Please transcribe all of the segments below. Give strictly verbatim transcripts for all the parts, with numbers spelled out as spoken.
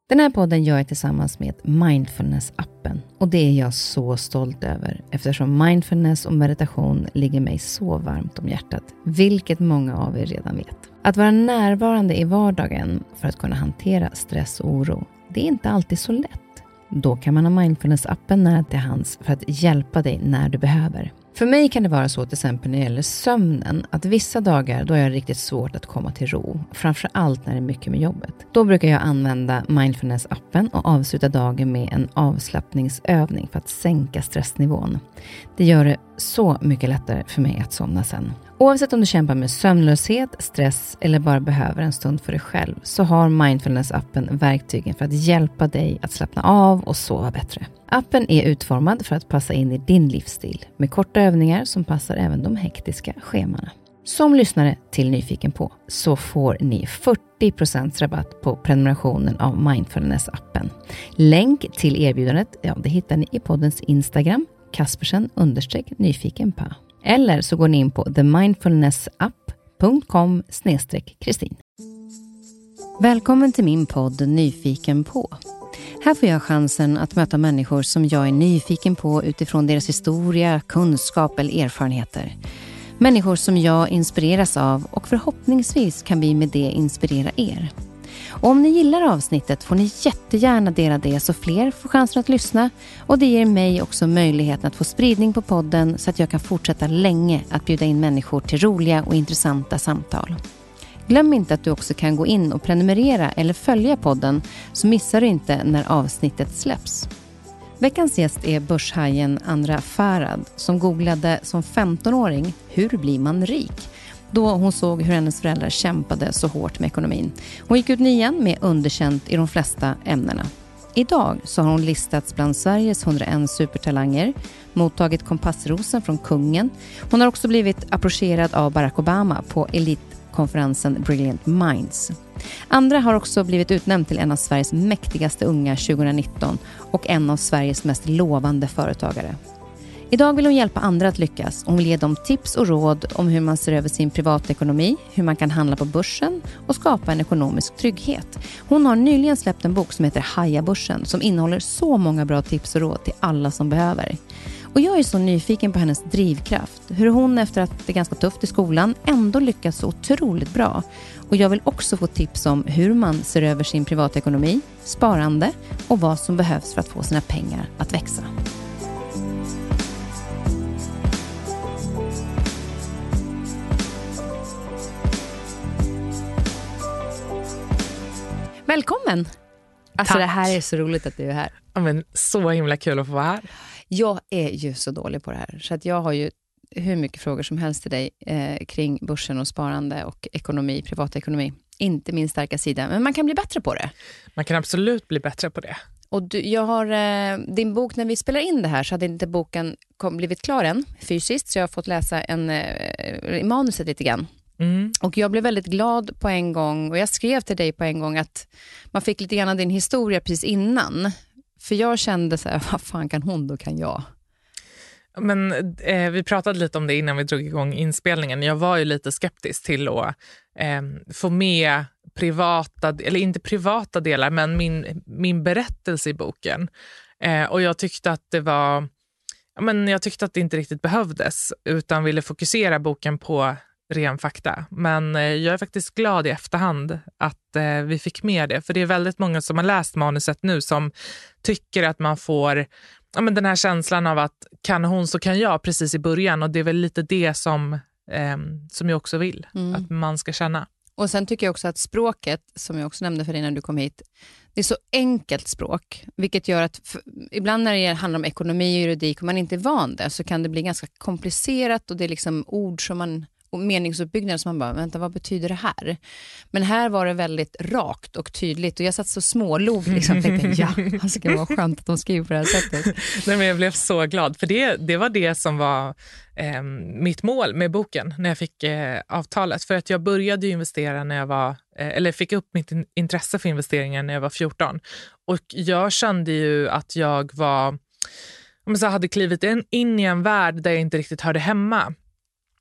Den här podden gör jag tillsammans med Mindfulness-appen. Och det är jag så stolt över eftersom mindfulness och meditation ligger mig så varmt om hjärtat. Vilket många av er redan vet. Att vara närvarande i vardagen för att kunna hantera stress och oro, det är inte alltid så lätt. Då kan man ha Mindfulness-appen nära till hands för att hjälpa dig när du behöver. För mig kan det vara så till exempel när det gäller sömnen att vissa dagar då är jag riktigt svårt att komma till ro. Framförallt när det är mycket med jobbet. Då brukar jag använda Mindfulness-appen och avsluta dagen med en avslappningsövning för att sänka stressnivån. Det gör det så mycket lättare för mig att somna sen. Oavsett om du kämpar med sömnlöshet, stress eller bara behöver en stund för dig själv så har Mindfulness-appen verktygen för att hjälpa dig att slappna av och sova bättre. Appen är utformad för att passa in i din livsstil med korta övningar som passar även de hektiska schemana. Som lyssnare till Nyfiken på så får ni fyrtio procent rabatt på prenumerationen av Mindfulness-appen. Länk till erbjudandet, ja, det hittar ni i poddens Instagram, Kaspersen understreck nyfiken på. Eller så går ni in på the mindfulness app punkt com slash kristin. Välkommen till min podd Nyfiken på. Här får jag chansen att möta människor som jag är nyfiken på utifrån deras historia, kunskap eller erfarenheter. Människor som jag inspireras av och förhoppningsvis kan vi med det inspirera er. Och om ni gillar avsnittet får ni jättegärna dela det så fler får chansen att lyssna. Och det ger mig också möjligheten att få spridning på podden så att jag kan fortsätta länge att bjuda in människor till roliga och intressanta samtal. Glöm inte att du också kan gå in och prenumerera eller följa podden så missar du inte när avsnittet släpps. Veckans gäst är börshajen Andra Farad som googlade som femtonåring hur blir man rik? Då hon såg hur hennes föräldrar kämpade så hårt med ekonomin. Hon gick ut nian med underkänt i de flesta ämnena. Idag så har hon listats bland Sveriges hundraen supertalanger, mottagit kompassrosen från kungen. Hon har också blivit approcherad av Barack Obama på elitkonferensen Brilliant Minds. Andra har också blivit utnämnd till en av Sveriges mäktigaste unga tjugonitton och en av Sveriges mest lovande företagare. Idag vill hon hjälpa andra att lyckas. Hon vill ge dem tips och råd om hur man ser över sin privatekonomi, hur man kan handla på börsen och skapa en ekonomisk trygghet. Hon har nyligen släppt en bok som heter Haja börsen som innehåller så många bra tips och råd till alla som behöver. Och jag är så nyfiken på hennes drivkraft. Hur hon efter att det är ganska tufft i skolan ändå lyckas så otroligt bra. Och jag vill också få tips om hur man ser över sin privatekonomi, sparande och vad som behövs för att få sina pengar att växa. Välkommen! Alltså Tack. Det här är så roligt att du är här. Ja, men så himla kul att få vara här. Jag är ju så dålig på det här. Så att jag har ju hur mycket frågor som helst till dig eh, kring börsen och sparande och ekonomi, privatekonomi. Inte min starka sida, men man kan bli bättre på det. Man kan absolut bli bättre på det. Och du, jag har eh, din bok, när vi spelar in det här så hade inte boken kom, blivit klar än fysiskt. Så jag har fått läsa en, eh, manuset lite grann. Mm. Och jag blev väldigt glad på en gång och jag skrev till dig på en gång att man fick lite grann av din historia precis innan. För jag kände så här, vad fan kan hon, då kan jag. Men eh, vi pratade lite om det innan vi drog igång inspelningen. Jag var ju lite skeptisk till att eh, få med privata, eller inte privata delar, men min, min berättelse i boken. Eh, och jag tyckte att det var, ja, men jag tyckte att det inte riktigt behövdes utan ville fokusera boken på ren fakta. Men eh, jag är faktiskt glad i efterhand att eh, vi fick med det. För det är väldigt många som har läst manuset nu som tycker att man får ja, men den här känslan av att kan hon så kan jag precis i början. Och det är väl lite det som, eh, som jag också vill mm. att man ska känna. Och sen tycker jag också att språket, som jag också nämnde för dig när du kom hit, det är så enkelt språk. Vilket gör att för, ibland när det handlar om ekonomi och juridik och man inte är van det så kan det bli ganska komplicerat och det är liksom ord som man och meningsuppbyggnad som man bara, vänta, vad betyder det här? Men här var det väldigt rakt och tydligt och jag satt så smålov liksom, tänkte, ja, det ska vara skönt att de skriver på det här sättet. Nej, men jag blev så glad, för det, det var det som var eh, mitt mål med boken när jag fick eh, avtalet. För att jag började ju investera när jag var, eh, eller fick upp mitt in- intresse för investeringar när jag var fjorton. Och jag kände ju att jag var, om jag så hade klivit in, in i en värld där jag inte riktigt hörde hemma.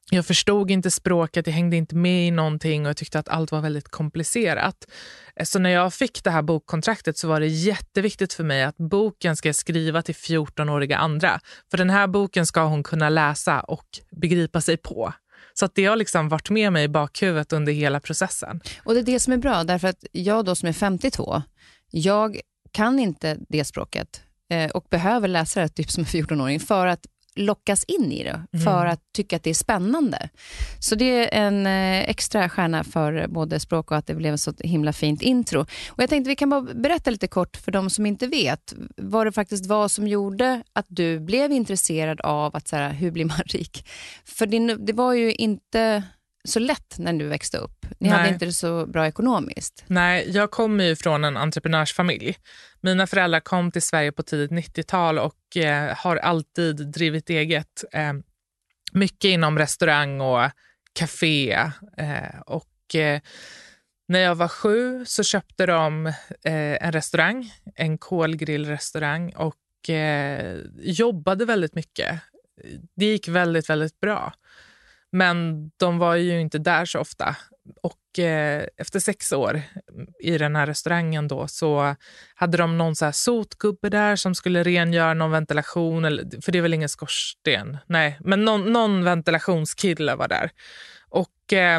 Jag förstod inte språket, jag hängde inte med i någonting och jag tyckte att allt var väldigt komplicerat. Så när jag fick det här bokkontraktet så var det jätteviktigt för mig att boken ska jag skriva till fjortonåriga andra. För den här boken ska hon kunna läsa och begripa sig på. Så att det har liksom varit med mig i bakhuvudet under hela processen. Och det är det som är bra, därför att jag då som är femtiotvå, jag kan inte det språket eh, och behöver läsa det typ som fjortonåring för att lockas in i det, för mm. att tycka att det är spännande. Så det är en eh, extra stjärna för både språk och att det blev en så himla fint intro. Och jag tänkte vi kan bara berätta lite kort för de som inte vet vad det faktiskt var som gjorde att du blev intresserad av att så här, hur blir man rik? För det, det var ju inte så lätt när du växte upp. Ni Nej. hade inte det så bra ekonomiskt. Nej, jag kommer ju från en entreprenörsfamilj. Mina föräldrar kom till Sverige på tidigt nittiotal och eh, har alltid drivit eget. Eh, mycket inom restaurang och café. Eh, och eh, när jag var sju så köpte de eh, en restaurang, en kolgrillrestaurang och eh, jobbade väldigt mycket. Det gick väldigt, väldigt bra. Men de var ju inte där så ofta. Och eh, efter sex år i den här restaurangen då så hade de någon så här sotgubbe där som skulle rengöra någon ventilation. Eller, för det är väl ingen skorsten. Nej, men någon, någon ventilationskille var där. Och eh,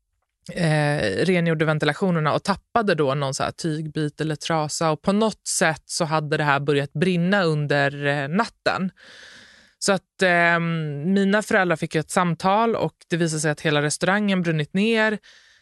eh, rengjorde ventilationerna och tappade då någon så här tygbit eller trasa. Och på något sätt så hade det här börjat brinna under eh, natten. Så att eh, mina föräldrar fick ett samtal och det visade sig att hela restaurangen brunnit ner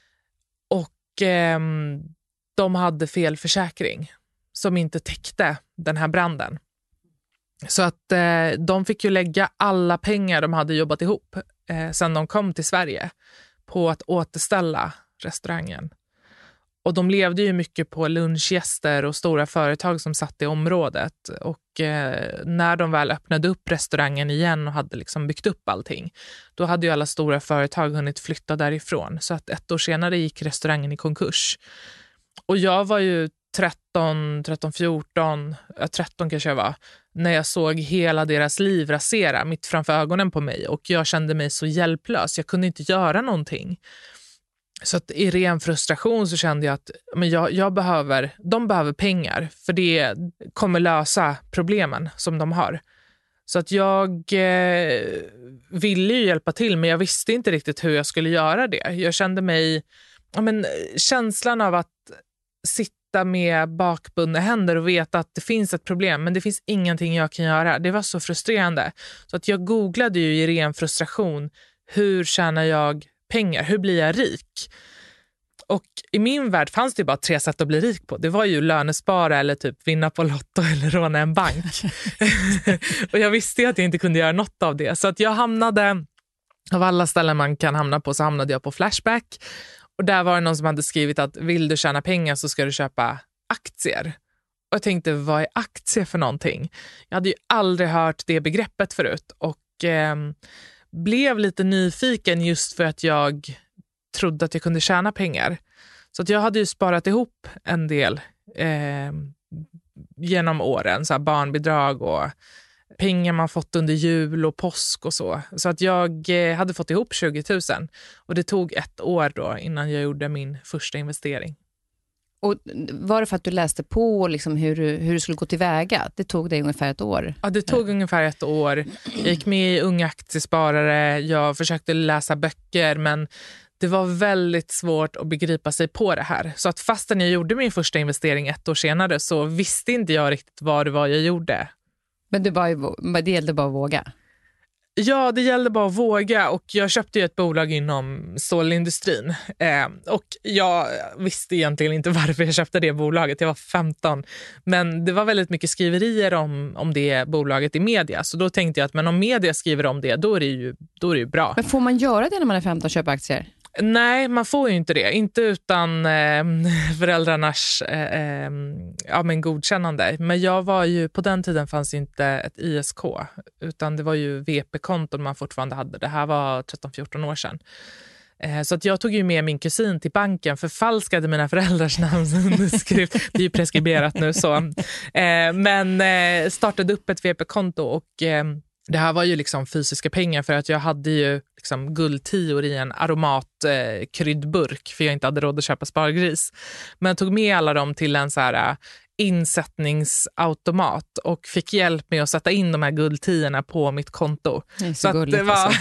och eh, de hade fel försäkring som inte täckte den här branden. Så att eh, de fick ju lägga alla pengar de hade jobbat ihop eh, sedan de kom till Sverige på att återställa restaurangen. Och de levde ju mycket på lunchgäster och stora företag som satt i området. Och eh, när de väl öppnade upp restaurangen igen och hade liksom byggt upp allting, då hade ju alla stora företag hunnit flytta därifrån. Så att ett år senare gick restaurangen i konkurs. Och jag var ju tretton, tretton, fjorton, tretton kanske jag var, när jag såg hela deras liv rasera mitt framför ögonen på mig. Och jag kände mig så hjälplös, jag kunde inte göra någonting. Så att i ren frustration så kände jag att men jag, jag behöver, de behöver pengar för det kommer lösa problemen som de har. Så att jag eh, ville ju hjälpa till men jag visste inte riktigt hur jag skulle göra det. Jag kände mig, ja, men, känslan av att sitta med bakbundna händer och veta att det finns ett problem men det finns ingenting jag kan göra. Det var så frustrerande. Så att jag googlade ju i ren frustration, hur tjänar jag pengar? Hur blir jag rik? Och i min värld fanns det bara tre sätt att bli rik på. Det var ju lönespara eller typ vinna på Lotto eller råna en bank. Och jag visste ju att jag inte kunde göra något av det. Så att jag hamnade, av alla ställen man kan hamna på så hamnade jag på Flashback. Och där var det någon som hade skrivit att vill du tjäna pengar så ska du köpa aktier. Och jag tänkte, vad är aktier för någonting? Jag hade ju aldrig hört det begreppet förut. Och eh, blev lite nyfiken just för att jag trodde att jag kunde tjäna pengar. Så att jag hade ju sparat ihop en del eh, genom åren. Så här barnbidrag och pengar man fått under jul och påsk och så. Så att jag eh, hade fått ihop tjugo tusen. Och det tog ett år då innan jag gjorde min första investering. Och var det för att du läste på liksom hur, hur du skulle gå tillväga? Det tog dig ungefär ett år. Ja, det tog ungefär ett år. Jag gick med i Unga aktiesparare. Jag försökte läsa böcker men det var väldigt svårt att begripa sig på det här. Så att fastän jag gjorde min första investering ett år senare så visste inte jag riktigt vad det var jag gjorde. Men det, bara, det gällde bara att våga? Ja, det gällde bara att våga och jag köpte ju ett bolag inom stålindustrin. Eh, och jag visste egentligen inte varför jag köpte det bolaget. Jag var femton. Men det var väldigt mycket skriverier om, om det bolaget i media. Så då tänkte jag att men om media skriver om det, då är det ju, då är det ju bra. Men får man göra det när man är femton och köpa aktier? Nej, man får ju inte det. Inte utan eh, föräldrarnas eh, ja, men godkännande. Men jag var ju, på den tiden fanns inte ett I S K. Utan det var ju V P-konton man fortfarande hade. Det här var tretton fjorton år sedan. Eh, så att jag tog ju med min kusin till banken. Förfalskade mina föräldrars namnunderskrift. Det är ju preskriberat nu så. Eh, men eh, startade upp ett V P-konto och... Eh, det här var ju liksom fysiska pengar för att jag hade ju liksom guldtior i en aromatkryddburk eh, kryddburk, för jag inte hade råd att köpa spargris. Men jag tog med alla dem till en så här insättningsautomat och fick hjälp med att sätta in de här guldtiorna på mitt konto. Det så, så att det var alltså.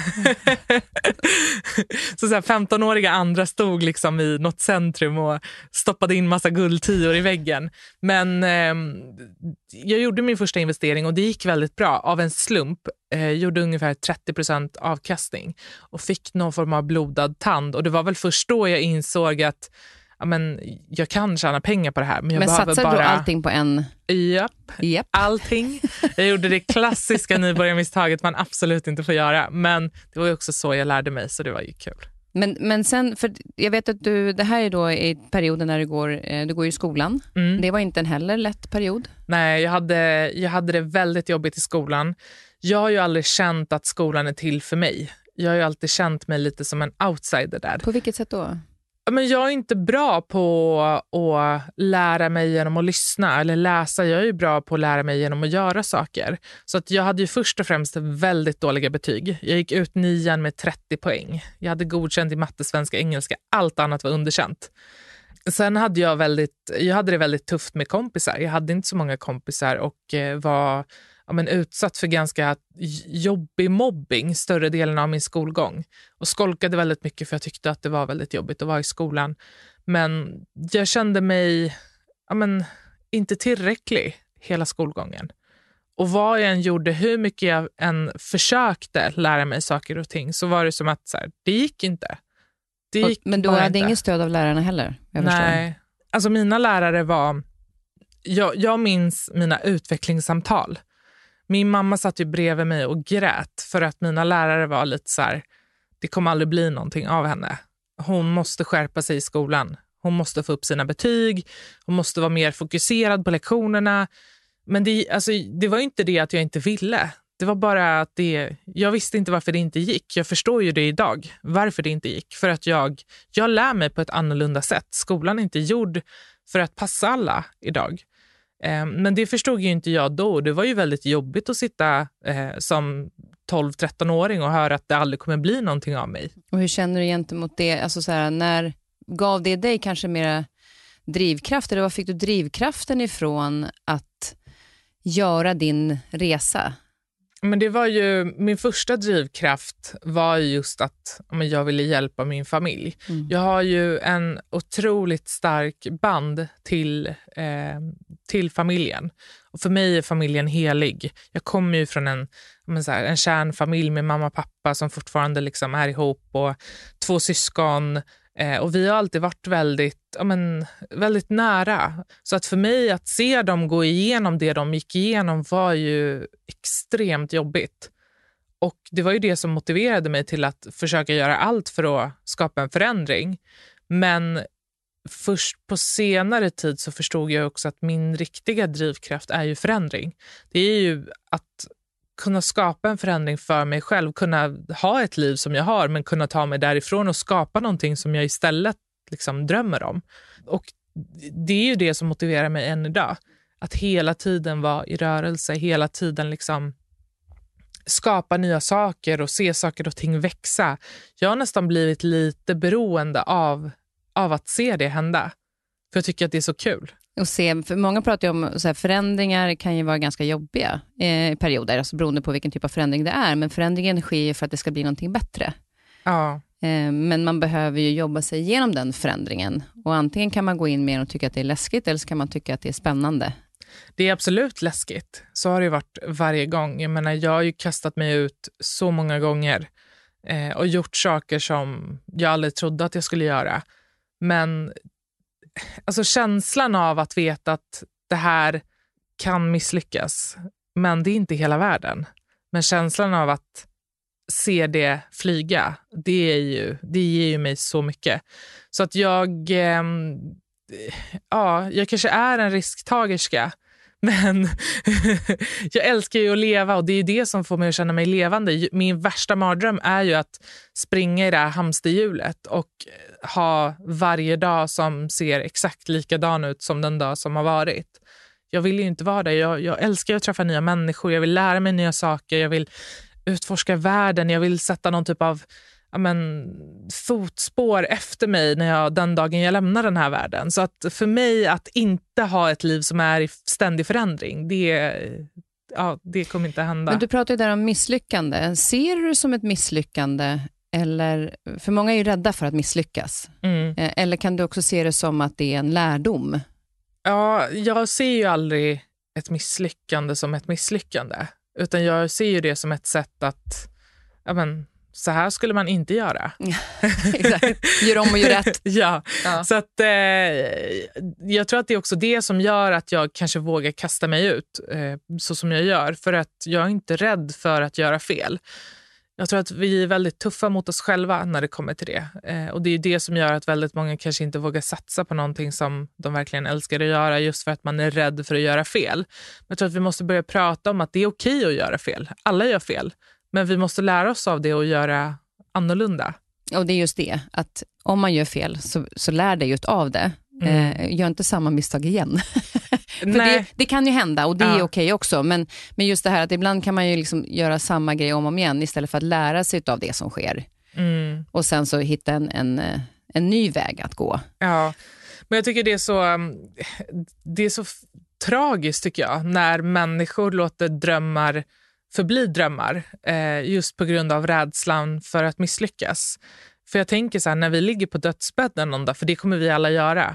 så, så här femton-åriga andra stod liksom i något centrum och stoppade in massa guldtior i väggen. Men eh, jag gjorde min första investering och det gick väldigt bra. Av en slump eh, gjorde ungefär trettio procent avkastning och fick någon form av blodad tand. Och det var väl först då jag insåg att ja, men jag kan tjäna pengar på det här. Men, jag men behöver satsade bara... du allting på en? Japp, Japp. allting. Jag gjorde det klassiska nybörjarmisstaget man absolut inte får göra. Men det var ju också så jag lärde mig, så det var ju kul. Men, men sen, för jag vet att du, det här är då i perioden när du går, du går i skolan. Mm. Det var inte en heller lätt period. Nej, jag hade, jag hade det väldigt jobbigt i skolan. Jag har ju aldrig känt att skolan är till för mig. Jag har ju alltid känt mig lite som en outsider där. På vilket sätt då? Men jag är inte bra på att lära mig genom att lyssna eller läsa. Jag är ju bra på att lära mig genom att göra saker. Så att jag hade ju först och främst väldigt dåliga betyg. Jag gick ut nian med trettio poäng. Jag hade godkänt i matte, svenska, engelska. Allt annat var underkänt. Sen hade jag väldigt, jag hade det väldigt tufft med kompisar. Jag hade inte så många kompisar och var ja, men utsatt för ganska jobbig mobbing större delen av min skolgång. Och skolkade väldigt mycket för jag tyckte att det var väldigt jobbigt att vara i skolan. Men jag kände mig ja, men, inte tillräcklig hela skolgången. Och vad jag än gjorde, hur mycket jag än försökte lära mig saker och ting, så var det som att så här, det gick inte. Det gick men du hade ingen stöd av lärarna heller? Jag Nej, förstår. Alltså mina lärare var... Jag, jag minns mina utvecklingssamtal. Min mamma satt ju bredvid mig och grät för att mina lärare var lite så här, det kommer aldrig bli någonting av henne. Hon måste skärpa sig i skolan. Hon måste få upp sina betyg. Hon måste vara mer fokuserad på lektionerna. Men det, alltså, det var ju inte det att jag inte ville. Det var bara att det, jag visste inte varför det inte gick. Jag förstår ju det idag, varför det inte gick. För att jag, jag lär mig på ett annorlunda sätt. Skolan är inte gjord för att passa alla idag. Eh, men det förstod ju inte jag då. Det var ju väldigt jobbigt att sitta eh, som tolv-tretton-åring och höra att det aldrig kommer bli någonting av mig. Och hur känner du gentemot det? Alltså så här, när gav det dig kanske mera drivkraft? Eller var fick du drivkraften ifrån att göra din resa? Men det var ju, min första drivkraft var just att men jag ville hjälpa min familj. Mm. Jag har ju en otroligt stark band till, eh, till familjen. Och för mig är familjen helig. Jag kommer ju från en, men så här, en kärnfamilj med mamma och pappa som fortfarande liksom är ihop och två syskon. Eh, och vi har alltid varit väldigt, ja, men, väldigt nära. Så att för mig att se dem gå igenom det de gick igenom var ju extremt jobbigt. Och det var ju det som motiverade mig till att försöka göra allt för att skapa en förändring. Men först på senare tid så förstod jag också att min riktiga drivkraft är ju förändring. Det är ju att kunna skapa en förändring för mig själv, kunna ha ett liv som jag har men kunna ta mig därifrån och skapa någonting som jag istället liksom drömmer om. Och det är ju det som motiverar mig än idag. Att hela tiden vara i rörelse, hela tiden liksom skapa nya saker och se saker och ting växa. Jag har nästan blivit lite beroende av, av att se det hända. För jag tycker att det är så kul. Och se, för många pratar ju om så här, förändringar kan ju vara ganska jobbiga eh, perioder, alltså beroende på vilken typ av förändring det är. Men förändringen sker för att det ska bli någonting bättre. Ja. Eh, men man behöver ju jobba sig igenom den förändringen. Och antingen kan man gå in med och tycka att det är läskigt, eller så kan man tycka att det är spännande. Det är absolut läskigt. Så har det varit varje gång. Jag menar, jag har ju kastat mig ut så många gånger eh, och gjort saker som jag aldrig trodde att jag skulle göra. Men alltså känslan av att veta att det här kan misslyckas, men det är inte hela världen. Men känslan av att se det flyga, det är ju, det ger ju mig så mycket. Så att jag, eh, ja, jag kanske är en risktagerska, men jag älskar ju att leva och det är ju det som får mig att känna mig levande. Min värsta mardröm är ju att springa i det här hamsterhjulet och ha varje dag som ser exakt likadan ut som den dag som har varit. Jag vill ju inte vara där. Jag, jag älskar att träffa nya människor. Jag vill lära mig nya saker. Jag vill utforska världen. Jag vill sätta någon typ av ja, men, fotspår efter mig när jag, den dagen jag lämnar den här världen. Så att för mig att inte ha ett liv som är i ständig förändring, det, ja, det kommer inte hända. Men du pratar ju där om misslyckande. Ser du det som ett misslyckande? Eller, för många är ju rädda för att misslyckas. Mm. Eller kan du också se det som att det är en lärdom? Ja, jag ser ju aldrig ett misslyckande som ett misslyckande. Utan jag ser ju det som ett sätt att, ja men, så här skulle man inte göra. Exakt. Gör om och gör rätt. ja. ja, så att eh, jag tror att det är också det som gör att jag kanske vågar kasta mig ut eh, så som jag gör. För att jag är inte rädd för att göra fel. Jag tror att vi är väldigt tuffa mot oss själva när det kommer till det. Eh, och det är det som gör att väldigt många kanske inte vågar satsa på någonting som de verkligen älskar att göra, just för att man är rädd för att göra fel. Men jag tror att vi måste börja prata om att det är okej att göra fel. Alla gör fel. Men vi måste lära oss av det och göra annorlunda. Och det är just det, att om man gör fel så, så lär dig ut av det. Mm. Eh, gör inte samma misstag igen. För det, det kan ju hända och det ja. är okej också. Men, men just det här att ibland kan man ju liksom göra samma grej om och om igen istället för att lära sig av det som sker. Mm. Och sen så hitta en, en, en ny väg att gå. Ja, men jag tycker det är så, det är så tragiskt tycker jag. När människor låter drömmar förbli drömmar. Eh, just på grund av rädslan för att misslyckas. För jag tänker så här, när vi ligger på dödsbädden någon dag, för det kommer vi alla göra,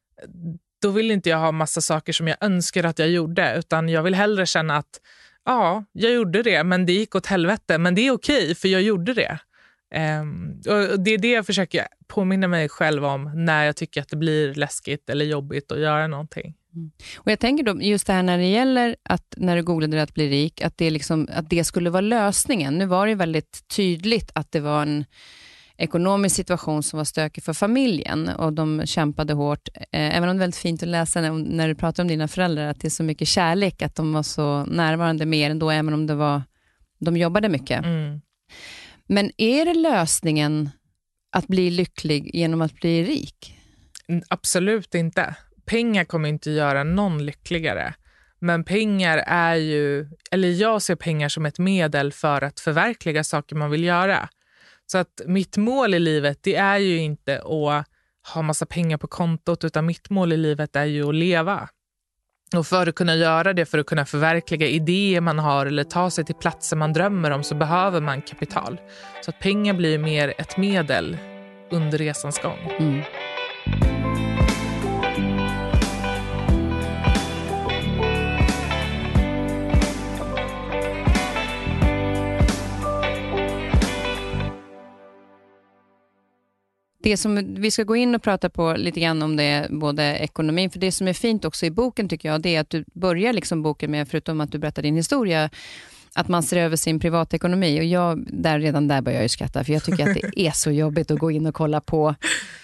då vill inte jag ha massa saker som jag önskar att jag gjorde, utan jag vill hellre känna att ja, jag gjorde det, men det gick åt helvete, men det är okej för jag gjorde det. Um, och det är det jag försöker påminna mig själv om när jag tycker att det blir läskigt eller jobbigt att göra någonting. Mm. Och jag tänker då just det här när det gäller att när du googlade att bli rik, att det, liksom, att det skulle vara lösningen. Nu var det väldigt tydligt att det var en ekonomisk situation som var stökig för familjen och de kämpade hårt. Eh, även om det är väldigt fint att läsa när, när du pratar om dina föräldrar, att det är så mycket kärlek, att de var så närvarande mer ändå, även om det var, de jobbade mycket. Mm. Men är det lösningen att bli lycklig genom att bli rik? Absolut inte. Pengar kommer inte göra någon lyckligare. Men pengar är ju, eller jag ser pengar som ett medel för att förverkliga saker man vill göra. Så att mitt mål i livet, det är ju inte att ha massa pengar på kontot, utan mitt mål i livet är ju att leva. Och för att kunna göra det, för att kunna förverkliga idéer man har eller ta sig till platser man drömmer om, så behöver man kapital. Så att pengar blir mer ett medel under resans gång. Mm. Det som vi ska gå in och prata på lite grann om det, både ekonomin, för det som är fint också i boken tycker jag, det är att du börjar liksom boken med, förutom att du berättar din historia, att man ser över sin privatekonomi. Och jag, där, redan där börjar jag ju skratta, för jag tycker att det är så jobbigt att gå in och kolla på.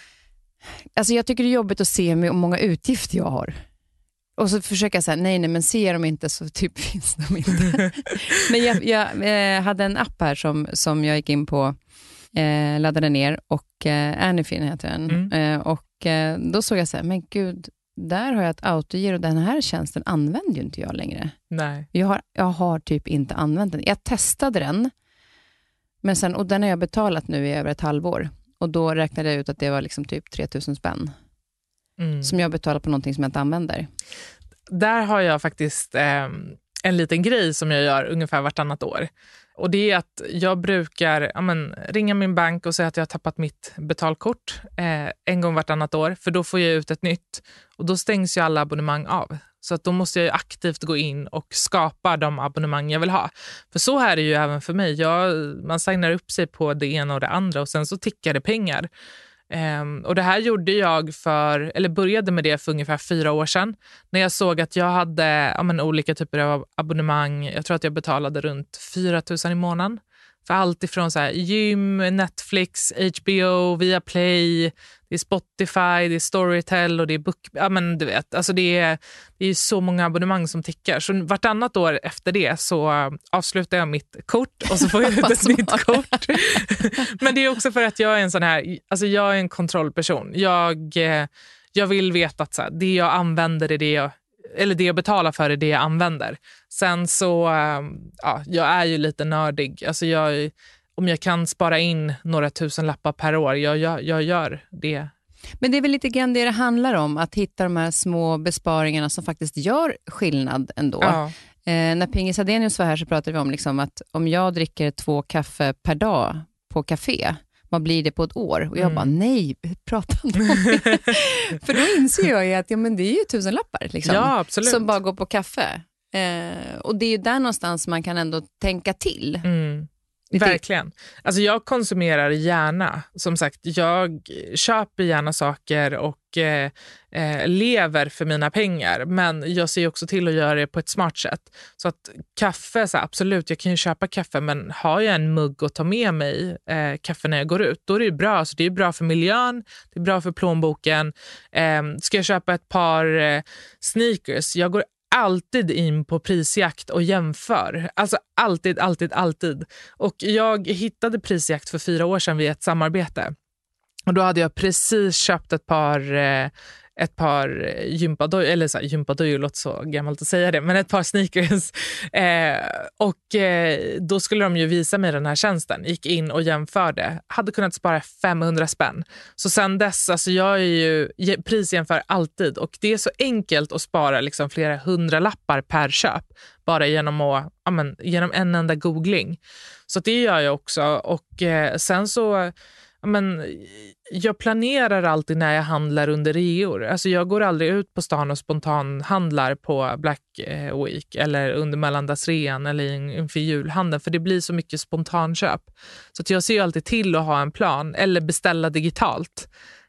Alltså jag tycker det är jobbigt att se hur många utgifter jag har. Och så försöka jag säga, nej nej men ser de inte så typ finns de inte. Men jag, jag eh, hade en app här som, som jag gick in på, eh, laddade ner, och eh, Anyfin heter den. Mm. Eh, och eh, då såg jag så här, men gud, där har jag ett autogiro, den här tjänsten använder ju inte jag längre. Nej. Jag har, jag har typ inte använt den. Jag testade den, men sen, och den har jag betalat nu i över ett halvår. Och då räknade jag ut att det var liksom typ tre tusen spänn. Mm. Som jag betalar på någonting som jag inte använder. Där har jag faktiskt eh, en liten grej som jag gör ungefär vartannat år. Och det är att jag brukar ja, men, ringa min bank och säga att jag har tappat mitt betalkort eh, en gång vartannat år. För då får jag ut ett nytt. Och då stängs ju alla abonnemang av. Så att då måste jag ju aktivt gå in och skapa de abonnemang jag vill ha. För så här är det ju även för mig. Jag, man signar upp sig på det ena och det andra och sen så tickar det pengar. Um, och det här gjorde jag för, eller började med det för ungefär fyra år sedan. När jag såg att jag hade ja, men, olika typer av abonnemang. Jag tror att jag betalade runt fyra tusen i månaden. För allt ifrån så här, gym, Netflix, H B O, Viaplay, det är Spotify, det är Storytel och det är Book... Ja men du vet, alltså det är, det är så många abonnemang som tickar. Så vartannat år efter det så avslutar jag mitt kort och så får jag ut ett nytt kort. Men det är också för att jag är en sån här, alltså jag är en kontrollperson. Jag, jag vill veta att så här, det jag använder är det jag, eller det jag betalar för är det jag använder. Sen så, ja, jag är ju lite nördig. Alltså jag, om jag kan spara in några tusen lappar per år, jag, jag, jag gör det. Men det är väl lite grann det det handlar om, att hitta de här små besparingarna som faktiskt gör skillnad ändå. Ja. Eh, när Pingis Adenius var här så pratade vi om liksom att om jag dricker två kaffe per dag på café, vad blir det på ett år? Och jag mm. bara, nej, prata inte om det. För då inser jag ju att ja, men det är ju tusen lappar liksom, ja, absolut. Som bara går på kaffe. Eh, och det är ju där någonstans man kan ändå tänka till. Mm. Verkligen. Alltså jag konsumerar gärna. Som sagt, jag köper gärna saker och eh, eh, lever för mina pengar. Men jag ser också till att göra det på ett smart sätt. Så att kaffe, så absolut, jag kan ju köpa kaffe. Men har jag en mugg att ta med mig eh, kaffe när jag går ut, då är det ju bra. Så det är bra för miljön, det är bra för plånboken. Eh, ska jag köpa ett par eh, sneakers, jag går alltid in på prisjakt och jämför. Alltså alltid, alltid, alltid. Och jag hittade prisjakt för fyra år sedan vid ett samarbete. Och då hade jag precis köpt ett par... Eh, ett par gympadojor, eller så här, gympadojor låter så gammalt att säga det, men ett par sneakers. Eh, och eh, då skulle de ju visa mig den här tjänsten. Gick in och jämförde. Hade kunnat spara femhundra spänn. Så sen dess, alltså jag är ju prisjämför alltid. Och det är så enkelt att spara liksom flera hundra lappar per köp. Bara genom, att, ja, men, genom en enda googling. Så det gör jag också. Och eh, sen så... Men jag planerar alltid när jag handlar under reor. Alltså jag går aldrig ut på stan och spontanhandlar på Black Week eller under mellandagsrean eller inför julhandeln, för det blir så mycket spontanköp. Så att jag ser ju alltid till att ha en plan eller beställa digitalt.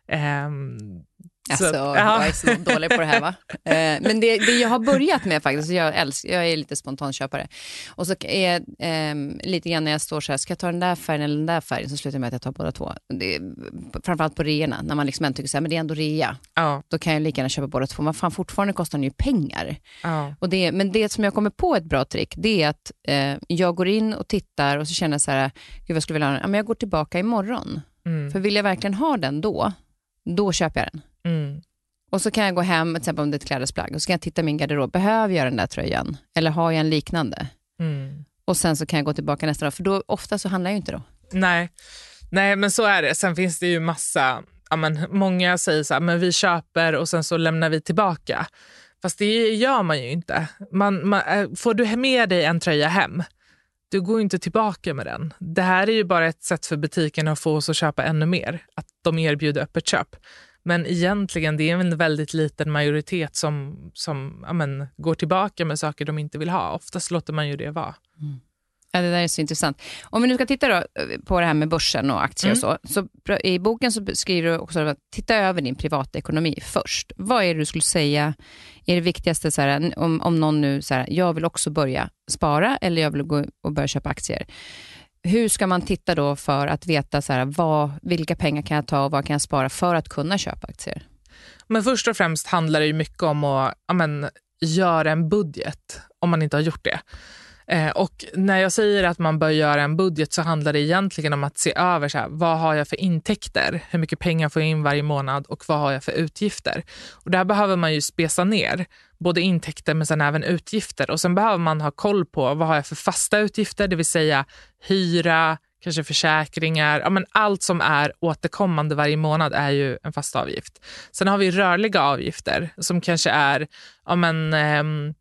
Um, Alltså, så, ja. Jag är så dålig på det här, va? Eh, men det, det jag har börjat med faktiskt, jag älskar, jag är lite spontanköpare. Och så är eh, lite grann när jag står så här, ska jag ta den där färgen eller den där färgen, så slutar jag med att jag tar båda två. Det är, framförallt på reorna, när man liksom ändå tycker så här, men det är ändå rea. Ja. Då kan jag lika gärna köpa båda två. Men fan, fortfarande kostar den ju pengar. Ja. Och det, men det som jag kommer på ett bra trick, det är att eh, jag går in och tittar och så känner jag så här, gud vad skulle vilja ha den? Ja, men jag går tillbaka imorgon. Mm. För vill jag verkligen ha den då, då köper jag den. Mm. Och så kan jag gå hem, till exempel om det är ett klädesplagg, och så kan jag titta i min garderob, behöver jag den där tröjan? Eller har jag en liknande? Mm. Och sen så kan jag gå tillbaka nästa dag, för då ofta så handlar jag ju inte då. Nej, Nej men så är det. Sen finns det ju massa, ja, men, många säger så här, men vi köper och sen så lämnar vi tillbaka. Fast det gör man ju inte. Man, man, får du med dig en tröja hem, du går inte tillbaka med den. Det här är ju bara ett sätt för butiken att få oss att köpa ännu mer. Att de erbjuder öppet köp. Men egentligen det är en väldigt liten majoritet som, som ja, men, går tillbaka med saker de inte vill ha. Oftast låter man ju det vara. Mm. Ja, det där är så intressant. Om vi nu ska titta då på det här med börsen och aktier mm. och så. Så i boken så skriver du också att titta över din privatekonomi först. Vad är det du skulle säga är det viktigaste så här, om, om någon nu så här, jag vill också börja spara eller jag vill gå och börja köpa aktier. Hur ska man titta då för att veta så här, vad, vilka pengar kan jag ta och vad kan jag spara för att kunna köpa aktier? Men först och främst handlar det ju mycket om att ja, men, göra en budget om man inte har gjort det. Eh, och när jag säger att man bör göra en budget så handlar det egentligen om att se över så här, vad har jag för intäkter, hur mycket pengar får jag in varje månad och vad har jag för utgifter. Och där behöver man ju spesa ner både intäkter men sen även utgifter, och sen behöver man ha koll på vad har jag för fasta utgifter, det vill säga hyra, kanske försäkringar, ja, men allt som är återkommande varje månad är ju en fast avgift. Sen har vi rörliga avgifter som kanske är ja, men, ehm,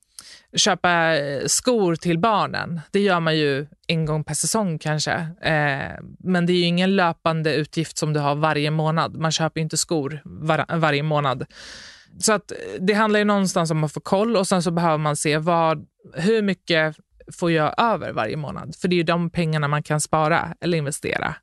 köpa skor till barnen. Det gör man ju en gång per säsong kanske. Eh, men det är ju ingen löpande utgift som du har varje månad. Man köper ju inte skor var- varje månad. Så att det handlar ju någonstans om att få koll, och sen så behöver man se vad, hur mycket får jag över varje månad. För det är ju de pengarna man kan spara eller investera.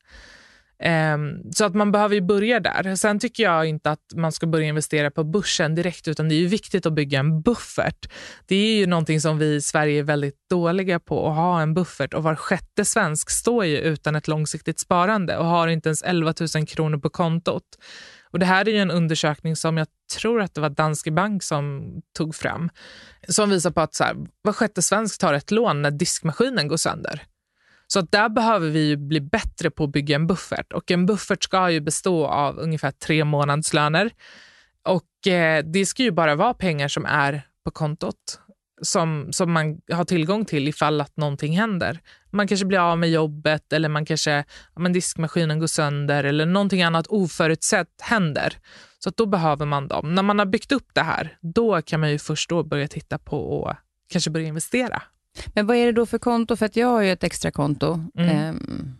Um, så att man behöver ju börja där. Sen tycker jag inte att man ska börja investera på börsen direkt, utan det är ju viktigt att bygga en buffert. Det är ju någonting som vi i Sverige är väldigt dåliga på, att ha en buffert, och var sjätte svensk står ju utan ett långsiktigt sparande och har inte ens elva tusen kronor på kontot. Och det här är ju en undersökning som jag tror att det var Danske Bank som tog fram, som visar på att så här, var sjätte svensk tar ett lån när diskmaskinen går sönder. Så att där behöver vi ju bli bättre på att bygga en buffert. Och en buffert ska ju bestå av ungefär tre månadslöner. Och eh, det ska ju bara vara pengar som är på kontot. Som, som man har tillgång till ifall att någonting händer. man kanske blir av med jobbet eller man kanske, ja, men diskmaskinen går sönder eller någonting annat oförutsett händer. Så att då behöver man dem. När man har byggt upp det här, då kan man ju först då börja titta på och kanske börja investera. Men vad är det då för konto? För att jag har ju ett extra konto. Mm. Ehm,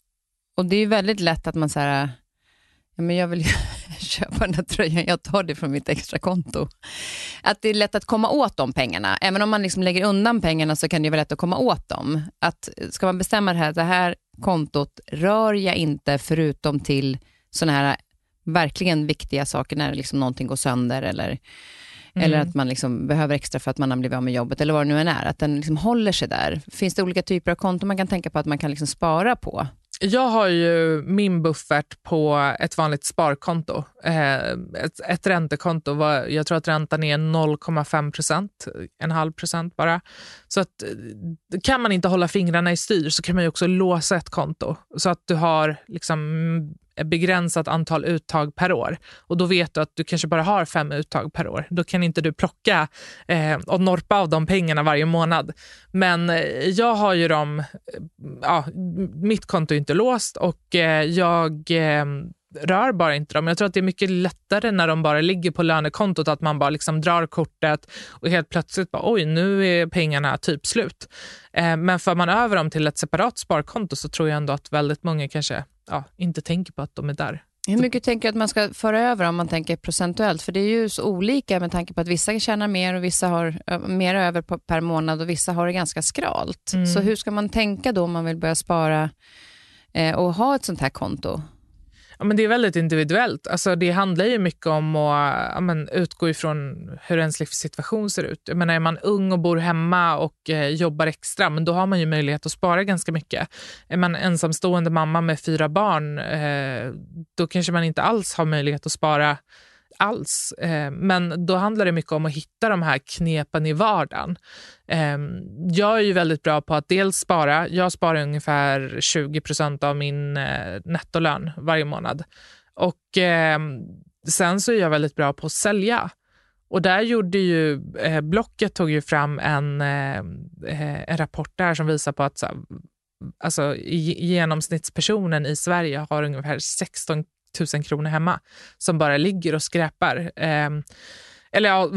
och det är ju väldigt lätt att man säger, ja, men jag vill köpa den här tröjan, jag tar det från mitt extra konto. Att det är lätt att komma åt de pengarna. Även om man liksom lägger undan pengarna så kan det vara lätt att komma åt dem. Att ska man bestämma det här, det här kontot rör jag inte förutom till såna här verkligen viktiga saker när liksom någonting går sönder eller, mm. eller att man liksom behöver extra för att man har blivit av med jobbet eller vad det nu än är. Att den liksom håller sig där. Finns det olika typer av konton man kan tänka på att man kan liksom spara på? Jag har ju min buffert på ett vanligt sparkonto. Eh, ett, ett räntekonto. Var, jag tror att räntan är noll komma fem procent. En halv procent bara. Så att kan man inte hålla fingrarna i styr så kan man ju också låsa ett konto. Så att du har liksom ett begränsat antal uttag per år. Och då vet du att du kanske bara har fem uttag per år. Då kan inte du plocka eh, och norpa av de pengarna varje månad. Men eh, jag har ju dem, ja, mitt konto är inte låst och eh, jag eh, rör bara inte dem. Jag tror att det är mycket lättare när de bara ligger på lönekontot att man bara liksom drar kortet och helt plötsligt bara, oj, nu är pengarna typ slut. Eh, men för man över dem till ett separat sparkonto så tror jag ändå att väldigt många kanske ja, inte tänker på att de är där. Hur mycket tänker du att man ska föra över om man tänker procentuellt? För det är ju så olika med tanke på att vissa tjänar mer och vissa har mer över per månad och vissa har det ganska skralt. Mm. Så hur ska man tänka då om man vill börja spara eh, och ha ett sånt här konto? Ja, men det är väldigt individuellt. Alltså, det handlar ju mycket om att ja, men, utgå ifrån hur ens livssituation ser ut. Jag menar, är man ung och bor hemma och eh, jobbar extra, men då har man ju möjlighet att spara ganska mycket. Är man ensamstående mamma med fyra barn, eh, då kanske man inte alls har möjlighet att spara alls. Eh, men då handlar det mycket om att hitta de här knepen i vardagen. Eh, jag är ju väldigt bra på att dels spara. Jag sparar ungefär tjugo procent av min eh, nettolön varje månad. Och eh, sen så är jag väldigt bra på att sälja. Och där gjorde ju eh, Blocket tog ju fram en, eh, en rapport där som visar på att så, alltså, i, genomsnittspersonen i Sverige har ungefär sexton tusen kronor hemma som bara ligger och skräpar. Eh, eller ja,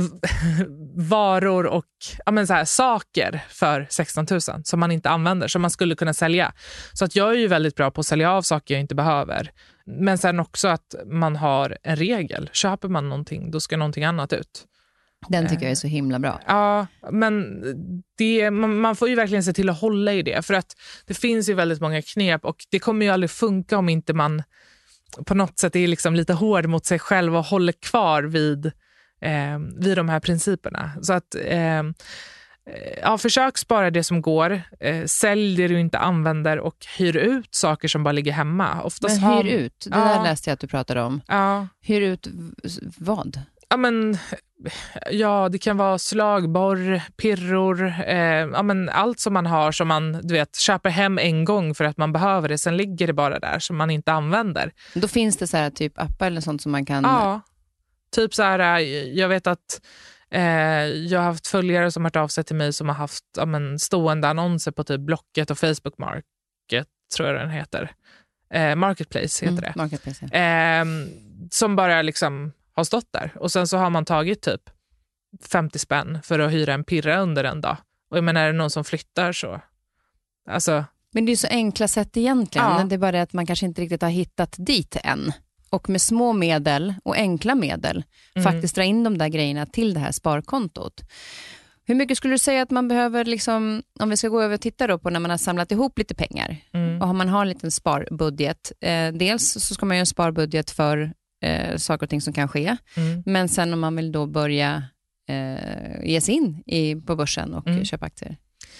varor och ja, men så här, saker för sexton tusen som man inte använder, som man skulle kunna sälja. Så att jag är ju väldigt bra på att sälja av saker jag inte behöver. Men sen också att man har en regel. Köper man någonting, då ska någonting annat ut. Den tycker jag är så himla bra. Ja, men det, man, man får ju verkligen se till att hålla i det. För att det finns ju väldigt många knep och det kommer ju aldrig funka om inte man på något sätt är liksom lite hård mot sig själv och håller kvar vid, eh, vid de här principerna. Så att eh, ja, försök spara det som går. Eh, sälj det du inte använder och hyr ut saker som bara ligger hemma. Oftast Men hyr har, ut, det ja, där läste jag att du pratade om. Ja. Hyr ut vad? Ja, men, ja, det kan vara slagborr, pirror, eh, ja, men allt som man har som man du vet, köper hem en gång för att man behöver det. Sen ligger det bara där som man inte använder. Då finns det så här typ appar eller sånt som man kan... Ja, typ så här, jag vet att eh, jag har haft följare som har hört av sig till mig som har haft ja, men, stående annonser på typ Blocket och Facebook Market, tror jag den heter. Eh, Marketplace heter mm, det. Marketplace, ja. eh, som bara liksom har stått där. Och sen så har man tagit typ femtio spänn för att hyra en pirra under en dag. Och jag menar, är det någon som flyttar så... Alltså... Men det är ju så enkla sätt egentligen. Ja. Det är bara det att man kanske inte riktigt har hittat dit än. Och med små medel och enkla medel mm. faktiskt dra in de där grejerna till det här sparkontot. Hur mycket skulle du säga att man behöver, liksom, om vi ska gå över och titta då på när man har samlat ihop lite pengar mm. och om man har en liten sparbudget. Eh, dels så ska man ju ha en sparbudget för eh, saker och ting som kan ske. Mm. Men sen om man vill då börja eh, ge sig in i, på börsen och mm. köpa aktier.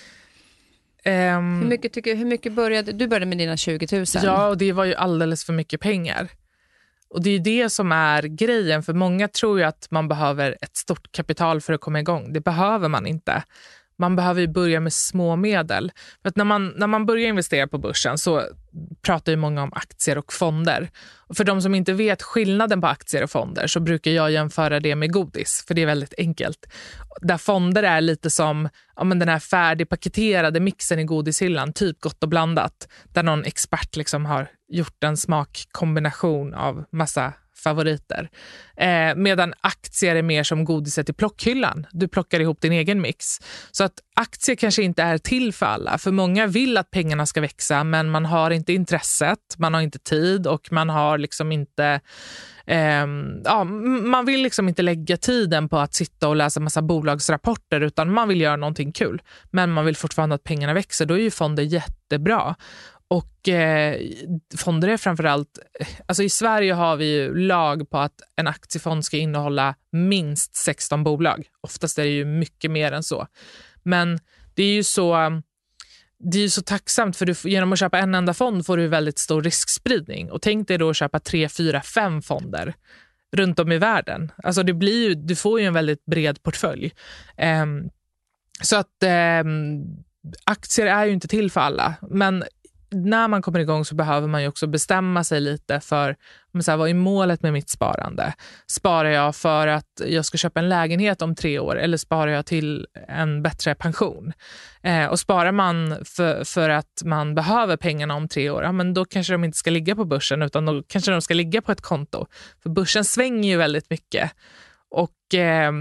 Um, hur, mycket tycker, hur mycket började du? Började med dina tjugo tusen? Ja, och det var ju alldeles för mycket pengar. Och det är ju det som är grejen. För många tror ju att man behöver ett stort kapital för att komma igång. Det behöver man inte. man behöver ju börja med små medel. För att när man, när man börjar investera på börsen så pratar ju många om aktier och fonder. Och för de som inte vet skillnaden på aktier och fonder så brukar jag jämföra det med godis, för det är väldigt enkelt. Där fonder är lite som ja, men den här färdigpaketerade mixen i godishyllan, typ Gott och blandat, där någon expert liksom har gjort en smakkombination av massa favoriter. Eh, medan aktier är mer som godiset i plockhyllan. Du plockar ihop din egen mix. Så att aktier kanske inte är till för alla. För många vill att pengarna ska växa, men man har inte intresset, man har inte tid och man har liksom inte eh, ja, man vill liksom inte lägga tiden på att sitta och läsa massa bolagsrapporter, utan man vill göra någonting kul. Men man vill fortfarande att pengarna växer. Då är ju fonder jättebra. Och eh, fonder är framförallt, alltså i Sverige har vi ju lag på att en aktiefond ska innehålla minst sexton bolag. Oftast är det ju mycket mer än så. Men det är ju så, det är ju så tacksamt, för du, genom att köpa en enda fond får du väldigt stor riskspridning. Och tänk dig då att köpa tre, fyra, fem fonder runt om i världen. Alltså det blir ju, du får ju en väldigt bred portfölj. Eh, så att eh, aktier är ju inte till för alla, men när man kommer igång så behöver man ju också bestämma sig lite för så här, vad är målet med mitt sparande? Sparar jag för att jag ska köpa en lägenhet om tre år eller sparar jag till en bättre pension? Eh, och sparar man för, för att man behöver pengarna om tre år, ja, men då kanske de inte ska ligga på börsen, utan då kanske de ska ligga på ett konto. För börsen svänger ju väldigt mycket och eh,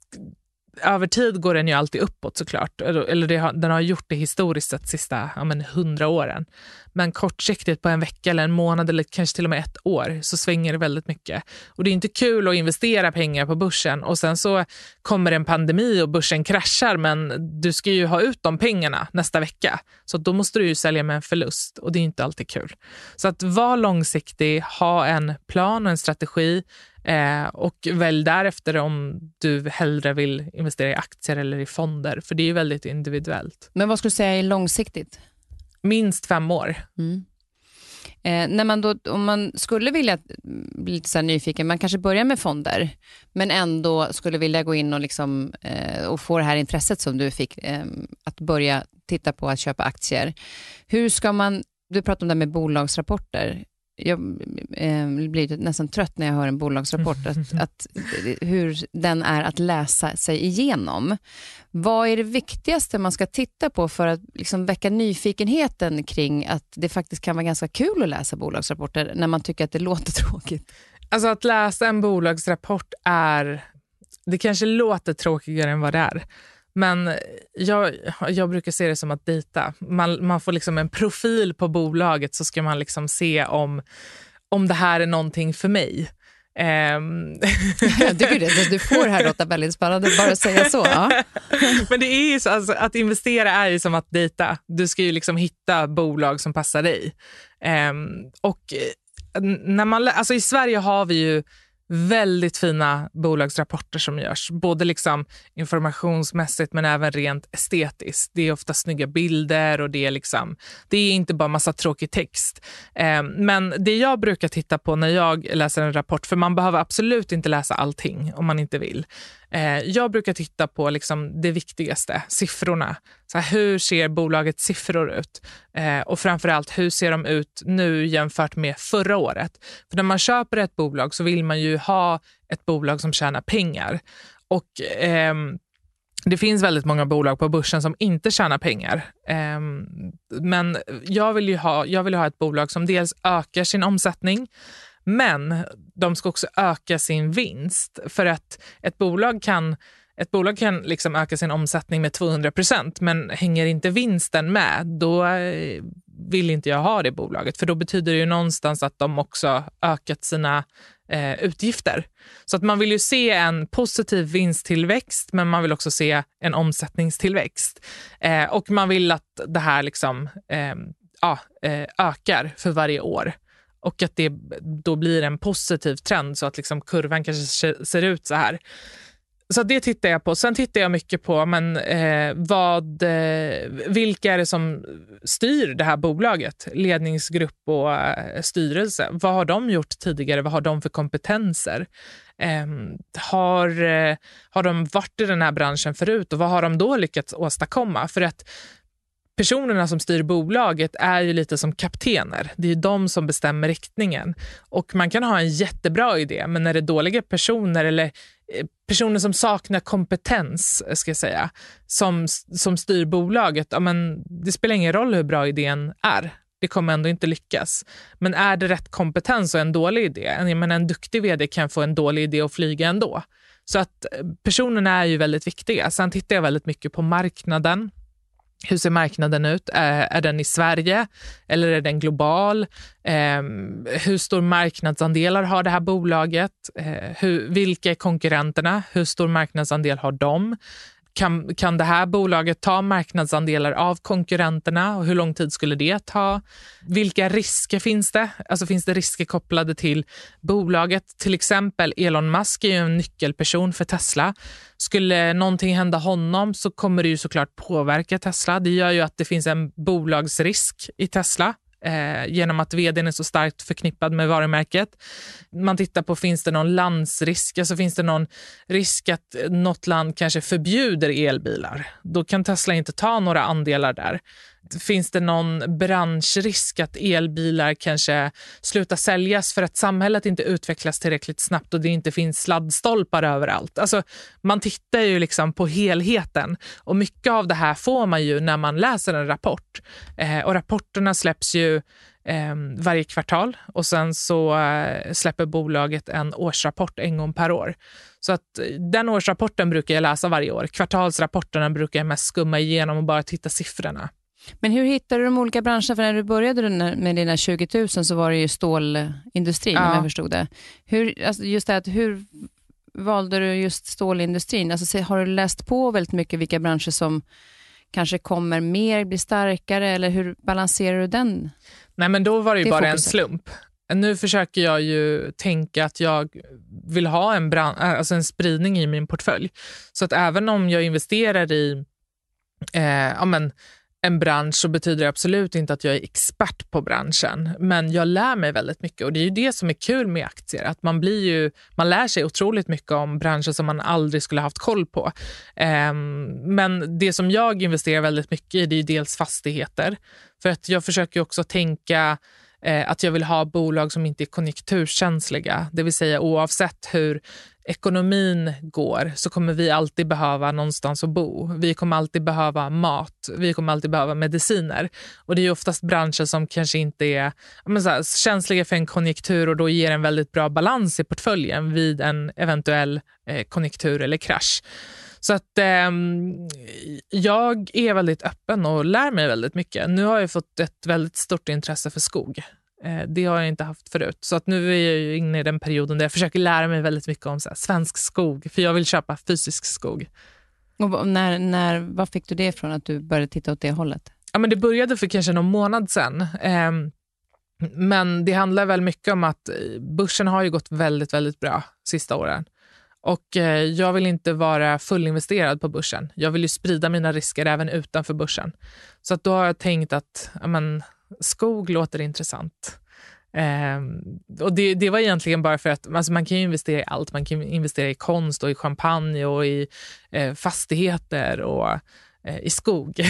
över tid går den ju alltid uppåt såklart. Eller det har, den har gjort det historiskt sett sista ja, men hundra åren. Men kortsiktigt på en vecka eller en månad eller kanske till och med ett år så svänger det väldigt mycket. Och det är inte kul att investera pengar på börsen och sen så kommer en pandemi och börsen kraschar, men du ska ju ha ut de pengarna nästa vecka. Så då måste du ju sälja med en förlust och det är inte alltid kul. Så att vara långsiktig, ha en plan och en strategi. Eh, och välj därefter om du hellre vill investera i aktier eller i fonder, för det är ju väldigt individuellt. Men vad skulle du säga är långsiktigt? Minst fem år. Mm. Eh, när man då, om man skulle vilja bli lite så här nyfiken, man kanske börjar med fonder men ändå skulle vilja gå in och, liksom, eh, och få det här intresset som du fick, eh, att börja titta på att köpa aktier. Hur ska man, du pratar om det med bolagsrapporter. Jag eh, blir nästan trött när jag hör en bolagsrapport att, att hur den är att läsa sig igenom. Vad är det viktigaste man ska titta på för att liksom väcka nyfikenheten kring att det faktiskt kan vara ganska kul att läsa bolagsrapporter när man tycker att det låter tråkigt? Alltså att läsa en bolagsrapport är, det kanske låter tråkigare än vad det är. Men jag, jag brukar se det som att dejta. Man, man får liksom en profil på bolaget, så ska man liksom se om, om det här är någonting för mig. Um... jag tycker det, du får här låta väldigt spännande, bara säga så. Ja. Men det är ju så, alltså, att investera är ju som att dejta. Du ska ju liksom hitta bolag som passar dig. Um, och när man, alltså i Sverige har vi ju väldigt fina bolagsrapporter som görs, både liksom informationsmässigt men även rent estetiskt. Det är ofta snygga bilder och det är liksom, det är inte bara massa tråkig text. Eh, men det jag brukar titta på när jag läser en rapport, för man behöver absolut inte läsa allting om man inte vill. Eh, jag brukar titta på liksom det viktigaste, siffrorna. Så här, hur ser bolagets siffror ut? Eh, och framförallt, hur ser de ut nu jämfört med förra året? För när man köper ett bolag så vill man ju ha ett bolag som tjänar pengar. Och eh, det finns väldigt många bolag på börsen som inte tjänar pengar. Eh, men jag vill ju ha, jag vill ha ett bolag som dels ökar sin omsättning, men de ska också öka sin vinst. För att ett bolag kan, ett bolag kan liksom öka sin omsättning med tvåhundra procent, men hänger inte vinsten med, då vill inte jag ha det bolaget. För då betyder det ju någonstans att de också ökat sina eh, utgifter. Så att man vill ju se en positiv vinsttillväxt, men man vill också se en omsättningstillväxt. Eh, och man vill att det här liksom, eh, ja, ökar för varje år. Och att det då blir en positiv trend, så att liksom kurvan kanske ser ut så här. Så det tittar jag på. Sen tittar jag mycket på men, eh, vad, eh, vilka är det som styr det här bolaget? Ledningsgrupp och eh, styrelse. Vad har de gjort tidigare? Vad har de för kompetenser? Eh, har, eh, har de varit i den här branschen förut och vad har de då lyckats åstadkomma? För att personerna som styr bolaget är ju lite som kaptener. Det är ju de som bestämmer riktningen. Och man kan ha en jättebra idé, men när det är dåliga personer eller personer som saknar kompetens, ska jag säga, som, som styr bolaget, ja, men det spelar ingen roll hur bra idén är. Det kommer ändå inte lyckas. Men är det rätt kompetens och en dålig idé? Jag menar, en duktig vd kan få en dålig idé och flyga ändå. Så att personerna är ju väldigt viktiga. Sen tittar jag väldigt mycket på marknaden. Hur ser marknaden ut? Är, är den i Sverige eller är den global? Eh, hur stor marknadsandelar har det här bolaget? Eh, hur, vilka är konkurrenterna? Hur stor marknadsandel har de? Kan, kan det här bolaget ta marknadsandelar av konkurrenterna och hur lång tid skulle det ta? Vilka risker finns det? Alltså finns det risker kopplade till bolaget? Till exempel Elon Musk är ju en nyckelperson för Tesla. Skulle någonting hända honom så kommer det ju såklart påverka Tesla. Det gör ju att det finns en bolagsrisk i Tesla. Eh, genom att vdn är så starkt förknippad med varumärket. Man tittar på, finns det någon landsrisk? Alltså finns det någon risk att något land kanske förbjuder elbilar? Då kan Tesla inte ta några andelar där. Finns det någon branschrisk att elbilar kanske slutar säljas för att samhället inte utvecklas tillräckligt snabbt och det inte finns sladdstolpar överallt? Alltså, man tittar ju liksom på helheten och mycket av det här får man ju när man läser en rapport. Eh, och rapporterna släpps ju eh, varje kvartal och sen så eh, släpper bolaget en årsrapport en gång per år. Så att den årsrapporten brukar jag läsa varje år. Kvartalsrapporterna brukar jag mest skumma igenom och bara titta siffrorna. Men hur hittade du de olika branscherna? För när du började med dina tjugo tusen så var det ju stålindustrin, ja. Om jag förstod det. Hur, alltså just det att hur valde du just stålindustrin? Alltså, har du läst på väldigt mycket vilka branscher som kanske kommer mer, blir starkare, eller hur balanserar du den? Nej, men då var det ju det bara fokuset. En slump. Nu försöker jag ju tänka att jag vill ha en, bran- alltså en spridning i min portfölj. Så att även om jag investerar i eh, ja, men, en bransch så betyder det absolut inte att jag är expert på branschen. Men jag lär mig väldigt mycket och det är ju det som är kul med aktier. Att man, blir ju, man lär sig otroligt mycket om branscher som man aldrig skulle haft koll på. Eh, men det som jag investerar väldigt mycket i det är ju dels fastigheter. För att jag försöker också tänka eh, att jag vill ha bolag som inte är konjunkturkänsliga. Det vill säga oavsett hur ekonomin går så kommer vi alltid behöva någonstans att bo. Vi kommer alltid behöva mat. Vi kommer alltid behöva mediciner. Och det är ju oftast branscher som kanske inte är men så här, känsliga för en konjunktur och då ger en väldigt bra balans i portföljen vid en eventuell eh, konjunktur eller krasch. Så att eh, jag är väldigt öppen och lär mig väldigt mycket. Nu har jag fått ett väldigt stort intresse för skog. Eh, det har jag inte haft förut. Så att nu är jag ju inne i den perioden där jag försöker lära mig väldigt mycket om så här, svensk skog. För jag vill köpa fysisk skog. Och när, när, vad fick du det ifrån att du började titta åt det hållet? Ja, men det började för kanske någon månad sedan. Eh, men det handlar väl mycket om att börsen har ju gått väldigt, väldigt bra sista åren. Och eh, jag vill inte vara fullinvesterad på börsen. Jag vill ju sprida mina risker även utanför börsen. Så att då har jag tänkt att ja, men, skog låter intressant. Eh, och det, det var egentligen bara för att alltså man kan ju investera i allt. Man kan investera i konst och i champagne och i eh, fastigheter och eh, i skog.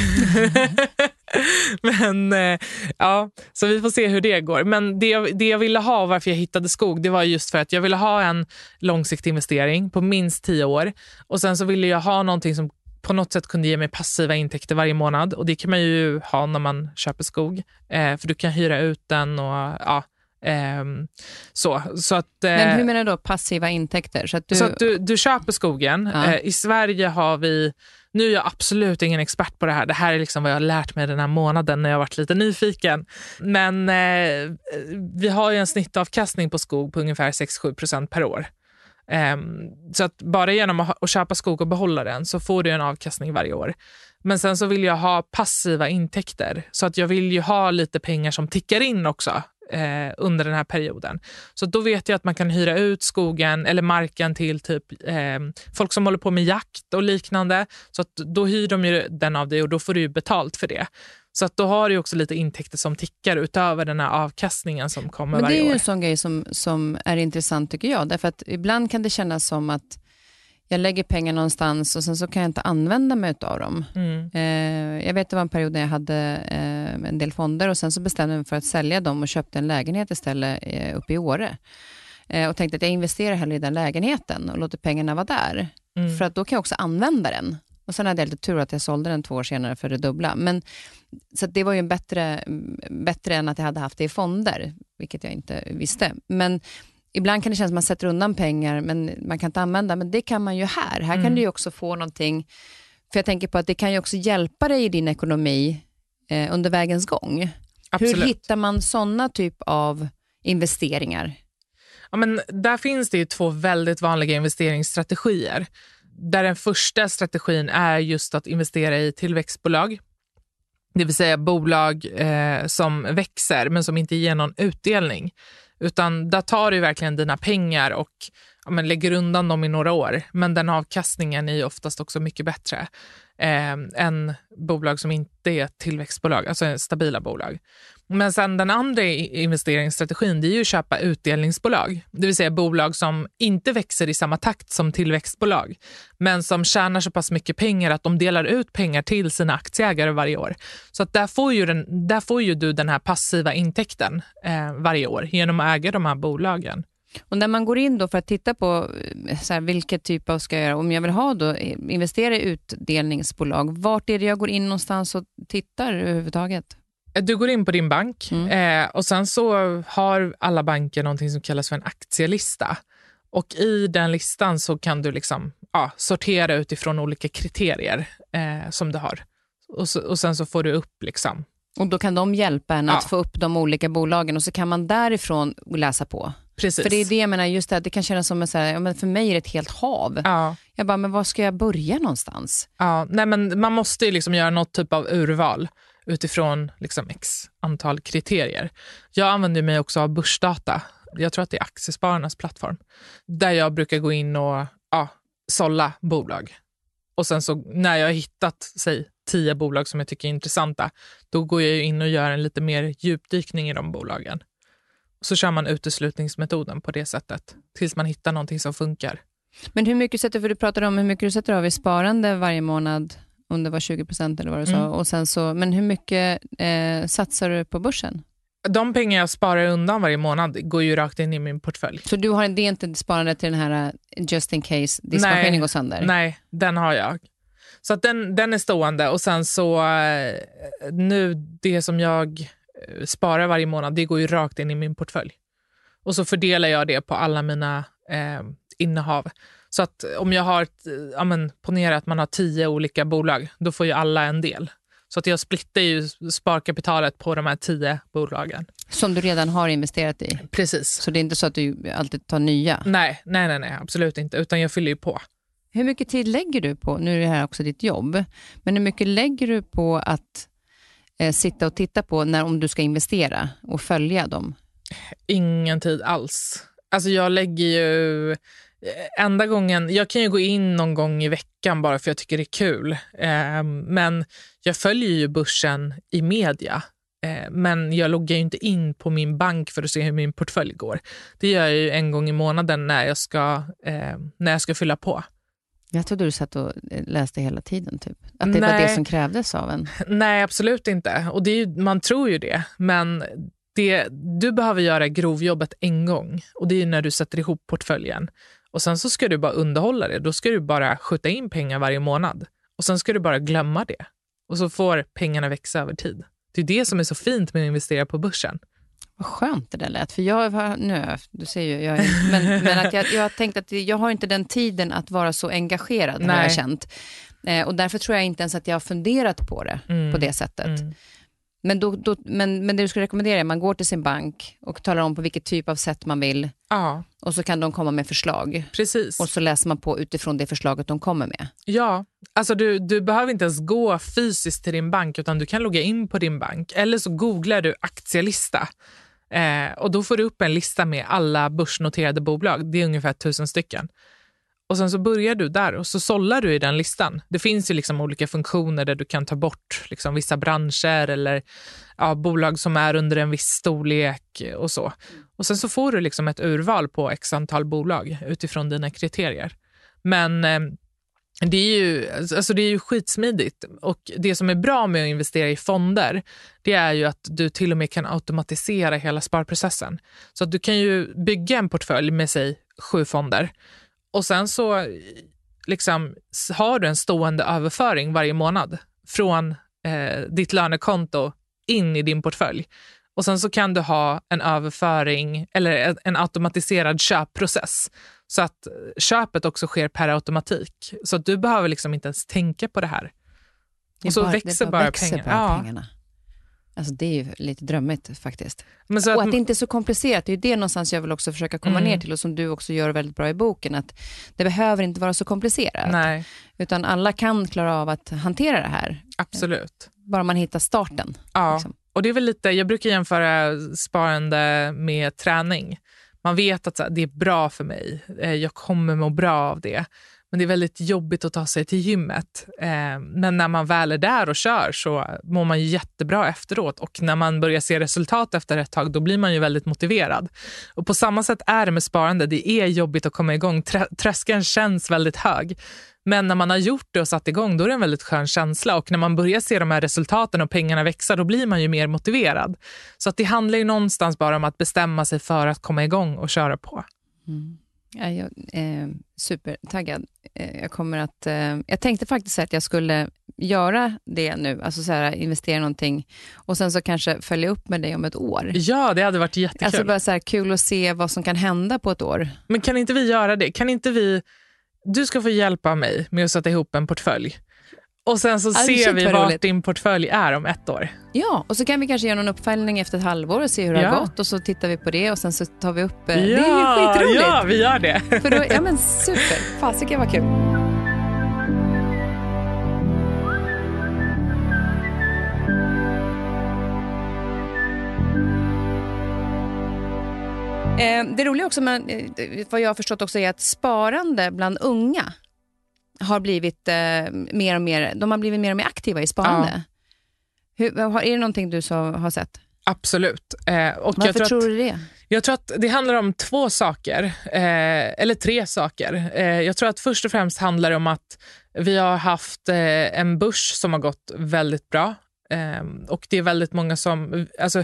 Men eh, ja, så vi får se hur det går. Men det, det jag ville ha, varför jag hittade skog, det var just för att jag ville ha en långsiktig investering på minst tio år. Och sen så ville jag ha någonting som på något sätt kunde ge mig passiva intäkter varje månad. Och det kan man ju ha när man köper skog. Eh, för du kan hyra ut den och ja... Um, så, så att, uh, Men hur menar du då passiva intäkter? Så att du, så att du, du köper skogen. Ja. Uh, I Sverige har vi, nu är jag absolut ingen expert på det här. Det här är liksom vad jag har lärt mig den här månaden när jag har varit lite nyfiken. Men uh, vi har ju en snittavkastning på skog på ungefär sex till sju procent per år. Um, så att bara genom att, att köpa skog och behålla den så får du en avkastning varje år. Men sen så vill jag ha passiva intäkter. Så att jag vill ju ha lite pengar som tickar in också. eh, under den här perioden. Så då vet jag att man kan hyra ut skogen eller marken till typ eh, folk som håller på med jakt och liknande. Så att då hyr de ju den av dig och då får du ju betalt för det. Så att då har du också lite intäkter som tickar utöver den här avkastningen som kommer varje år. Men det är ju en sån grej som, som är intressant tycker jag. Därför att ibland kan det kännas som att jag lägger pengar någonstans och sen så kan jag inte använda mig av dem. Mm. Eh, jag vet det var en period när jag hade eh, en del fonder och sen så bestämde jag mig för att sälja dem och köpte en lägenhet istället eh, uppe i Åre. Eh, och tänkte att jag investerar hellre i den lägenheten och låter pengarna vara där. Mm. För att då kan jag också använda den. Och sen hade jag lite tur att jag sålde den två år senare för det dubbla. Men, så det var ju en bättre, bättre än att jag hade haft det i fonder, vilket jag inte visste. Men ibland kan det kännas som att man sätter undan pengar men man kan inte använda. Men det kan man ju här. Här mm. kan du ju också få någonting. För jag tänker på att det kan ju också hjälpa dig i din ekonomi eh, under vägens gång. Absolut. Hur hittar man sådana typ av investeringar? Ja, men där finns det ju två väldigt vanliga investeringsstrategier. Där den första strategin är just att investera i tillväxtbolag. Det vill säga bolag eh, som växer men som inte ger någon utdelning. Utan där tar du verkligen dina pengar och ja, men lägger undan dem i några år. Men den avkastningen är ju oftast också mycket bättre eh, än bolag som inte är tillväxtbolag, alltså stabila bolag. Men sen den andra investeringsstrategin, det är ju att köpa utdelningsbolag. Det vill säga bolag som inte växer i samma takt som tillväxtbolag. Men som tjänar så pass mycket pengar att de delar ut pengar till sina aktieägare varje år. Så att där får ju, den, där får ju du den här passiva intäkten eh, varje år genom att äga de här bolagen. Och när man går in då för att titta på så här, vilket typ av ska jag göra, om jag vill ha då investera i utdelningsbolag, vart är det jag går in någonstans och tittar överhuvudtaget? Du går in på din bank mm. eh, och sen så har alla banker någonting som kallas för en aktielista. Och i den listan så kan du liksom ja, sortera utifrån olika kriterier eh, som du har. Och, så, och sen så får du upp liksom. Och då kan de hjälpa en ja. att få upp de olika bolagen och så kan man därifrån läsa på. Precis. För det är det jag menar, just det här, det kan kännas som en så här, ja, men för mig är det ett helt hav. Ja. Jag bara, men var ska jag börja någonstans? Ja, nej men man måste ju liksom göra något typ av urval utifrån liksom x antal kriterier. Jag använder mig också av börsdata. Jag tror att det är Aktiespararnas plattform. Där jag brukar gå in och ja, sålla bolag. Och sen så när jag har hittat, säg, tio bolag som jag tycker är intressanta, då går jag in och gör en lite mer djupdykning i de bolagen. Så kör man uteslutningsmetoden på det sättet tills man hittar någonting som funkar. Men hur mycket sätter, för du pratade om hur mycket du sätter av i sparande varje månad, om det var tjugo procent eller vad du sa. Mm. Och sen så, men hur mycket eh, satsar du på börsen? De pengar jag sparar undan varje månad går ju rakt in i min portfölj. Så du har det är inte sparande till den här just in case diskmaskinen går sönder? Nej, den har jag. Så att den, den är stående och sen så nu det som jag sparar varje månad, det går ju rakt in i min portfölj. Och så fördelar jag det på alla mina eh, innehav. Så att om jag har, ja men, ponera att man har tio olika bolag, då får ju alla en del. Så att jag splittar ju sparkapitalet på de här tio bolagen. Som du redan har investerat i? Precis. Så det är inte så att du alltid tar nya? Nej, nej, nej, nej absolut inte. Utan jag fyller ju på. Hur mycket tid lägger du på, nu är det här också ditt jobb, men hur mycket lägger du på att eh, sitta och titta på när om du ska investera och följa dem? Ingen tid alls. Alltså jag lägger ju... Enda gången, jag kan ju gå in någon gång i veckan bara för jag tycker det är kul. Eh, men jag följer ju börsen i media. Eh, men jag loggar ju inte in på min bank för att se hur min portfölj går. Det gör jag ju en gång i månaden när jag ska, eh, när jag ska fylla på. Jag trodde du satt och läste hela tiden typ. Att det Nej. var det som krävdes av en. Nej, absolut inte. Och det är ju, man tror ju det. Men det, du behöver göra grovjobbet en gång. Och det är ju när du sätter ihop portföljen. Och sen så ska du bara underhålla det. Då ska du bara skjuta in pengar varje månad. Och sen ska du bara glömma det. Och så får pengarna växa över tid. Det är det som är så fint med att investera på börsen. Vad skönt det där lät. För jag har, nu, du ser ju, jag är, men, men att jag, jag har tänkt att jag har inte den tiden att vara så engagerad. Nej. Har jag känt. Eh, och därför tror jag inte ens att jag har funderat på det mm. på det sättet. Mm. Men, då, då, men, men det du skulle rekommendera är att man går till sin bank och talar om på vilket typ av sätt man vill. Ja. Och så kan de komma med förslag. Precis. Och så läser man på utifrån det förslaget de kommer med. Ja, alltså du, du behöver inte ens gå fysiskt till din bank utan du kan logga in på din bank. Eller så googlar du aktielista. Eh, och då får du upp en lista med alla börsnoterade bolag. Det är ungefär tusen stycken. Och sen så börjar du där och så sållar du i den listan. Det finns ju liksom olika funktioner där du kan ta bort liksom vissa branscher eller ja, bolag som är under en viss storlek och så. Och sen så får du liksom ett urval på x antal bolag utifrån dina kriterier. Men eh, det är ju, alltså det är ju skitsmidigt. Och det som är bra med att investera i fonder, det är ju att du till och med kan automatisera hela sparprocessen. Så att du kan ju bygga en portfölj med sig sju fonder. Och sen så liksom har du en stående överföring varje månad från eh, ditt lönekonto in i din portfölj. Och sen så kan du ha en överföring eller en automatiserad köpprocess. Så att köpet också sker per automatik. Så att du behöver liksom inte ens tänka på det här. Och så bara, växer bara, bara, växer pengar. bara ja. pengarna. Alltså det är ju lite drömmigt faktiskt. Men så och att, att det inte är så komplicerat, det är ju det någonstans jag vill också försöka komma mm. ner till, och som du också gör väldigt bra i boken, att det behöver inte vara så komplicerat. Nej. Utan alla kan klara av att hantera det här. Absolut. Bara man hittar starten. Ja, liksom. Och det är väl lite, jag brukar jämföra sparande med träning. Man vet att det är bra för mig, jag kommer må bra av det. Men det är väldigt jobbigt att ta sig till gymmet. Eh, men när man väl är där och kör så mår man ju jättebra efteråt. Och när man börjar se resultat efter ett tag, då blir man ju väldigt motiverad. Och på samma sätt är det med sparande. Det är jobbigt att komma igång. Trä- tröskeln känns väldigt hög. Men när man har gjort det och satt igång, då är det en väldigt skön känsla. Och när man börjar se de här resultaten och pengarna växa, då blir man ju mer motiverad. Så att det handlar ju någonstans bara om att bestämma sig för att komma igång och köra på. Mm. Ja, jag är eh, supertaggad. Eh, jag kommer att... Eh, jag tänkte faktiskt att jag skulle göra det nu. Alltså så här, investera i någonting. Och sen så kanske följa upp med dig om ett år. Ja, det hade varit jättekul. Alltså bara så här kul att se vad som kan hända på ett år. Men kan inte vi göra det? Kan inte vi... Du ska få hjälpa mig med att sätta ihop en portfölj. Och sen så ja, ser vi vart roligt. din portfölj är om ett år. Ja, och så kan vi kanske göra någon uppföljning efter ett halvår och se hur det ja. har gått. Och så tittar vi på det och sen så tar vi upp... Ja, det är ju skitroligt. Ja, vi gör det. För då, ja men super. Fasiken var kul. Eh, det roliga också, med, eh, vad jag har förstått också, är att sparande bland unga har blivit eh, mer och mer, de har blivit mer och mer aktiva i sparande. Ja. Hur, är det någonting du så har sett? Absolut. Eh, och Varför jag tror, tror att, du det? Jag tror att det handlar om två saker, eh, eller tre saker. Eh, jag tror att först och främst handlar det om att vi har haft eh, en börs som har gått väldigt bra. Eh, och det är väldigt många som... Alltså,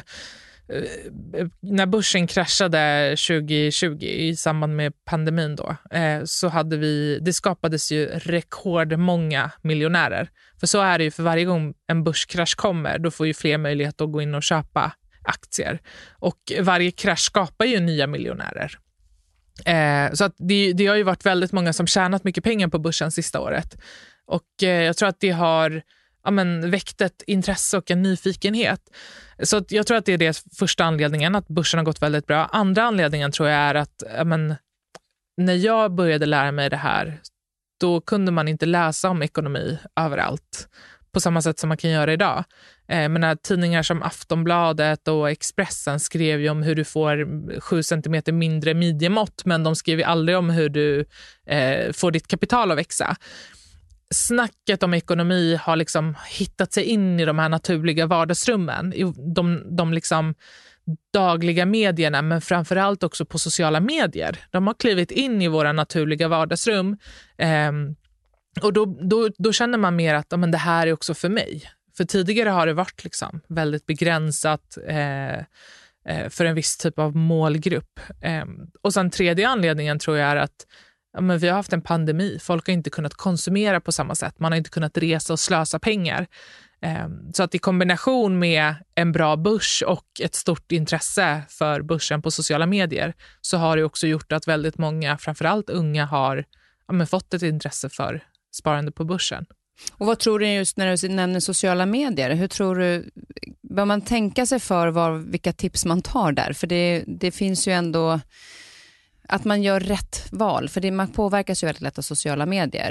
när börsen kraschade tjugo tjugo i samband med pandemin då, eh, så hade vi, det skapades ju rekordmånga miljonärer. För så är det ju, för varje gång en börskrasch kommer, då får ju fler möjlighet att gå in och köpa aktier. Och varje krasch skapar ju nya miljonärer. Eh, så att det, det har ju varit väldigt många som tjänat mycket pengar på börsen sista året. Och eh, jag tror att det har ja, men, väckt ett intresse och en nyfikenhet. Så att jag tror att det är det första anledningen, att börsen har gått väldigt bra. Andra anledningen tror jag är att ja, men, när jag började lära mig det här, då kunde man inte läsa om ekonomi överallt på samma sätt som man kan göra idag. Eh, men när tidningar som Aftonbladet och Expressen skrev ju om hur du får sju centimeter mindre midjemått, men de skrev ju aldrig om hur du eh, får ditt kapital att växa. Snacket om ekonomi har liksom hittat sig in i de här naturliga vardagsrummen, i de, de liksom dagliga medierna, men framförallt också på sociala medier. De har klivit in i våra naturliga vardagsrum, eh, och då, då, då känner man mer att ja, men det här är också för mig. För tidigare har det varit liksom väldigt begränsat eh, eh, för en viss typ av målgrupp. Eh, och sen tredje anledningen tror jag är att ja, men vi har haft en pandemi. Folk har inte kunnat konsumera på samma sätt. Man har inte kunnat resa och slösa pengar. Så att i kombination med en bra börs och ett stort intresse för börsen på sociala medier, så har det också gjort att väldigt många, framförallt unga, har ja, men fått ett intresse för sparande på börsen. Och vad tror du just när du nämner sociala medier? Hur tror du, bör man tänka sig för var, vilka tips man tar där? För det, det finns ju ändå... Att man gör rätt val, för det, man påverkas ju väldigt lätt av sociala medier.